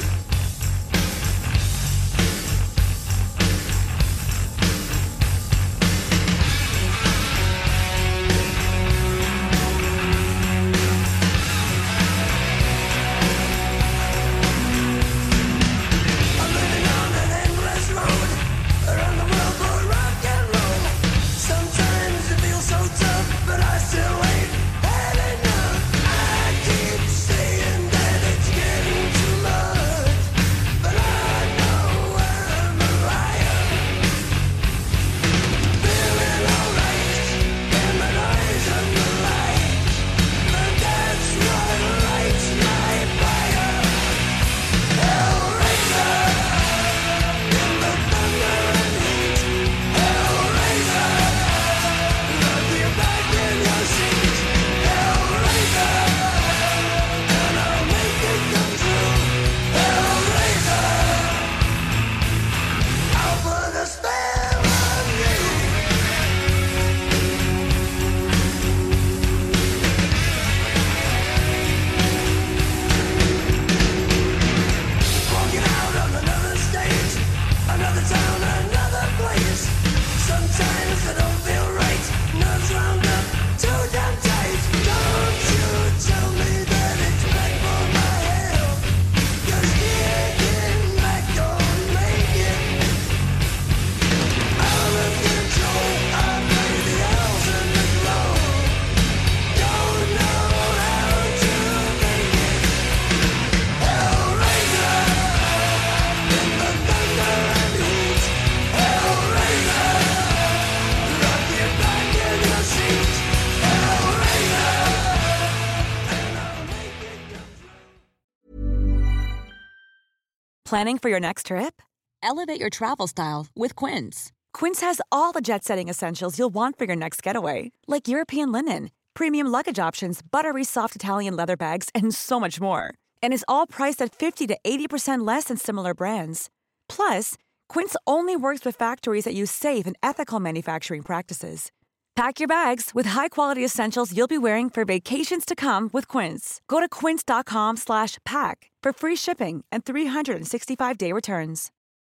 Planning for your next trip? Elevate your travel style with Quince. Quince has all the jet-setting essentials you'll want for your next getaway, like European linen, premium luggage options, buttery soft Italian leather bags, and so much more. And is all priced at 50 to 80% less than similar brands. Plus, Quince only works with factories that use safe and ethical manufacturing practices. Pack your bags with high-quality essentials you'll be wearing for vacations to come with Quince. Go to quince.com/pack for free shipping and 365-day returns.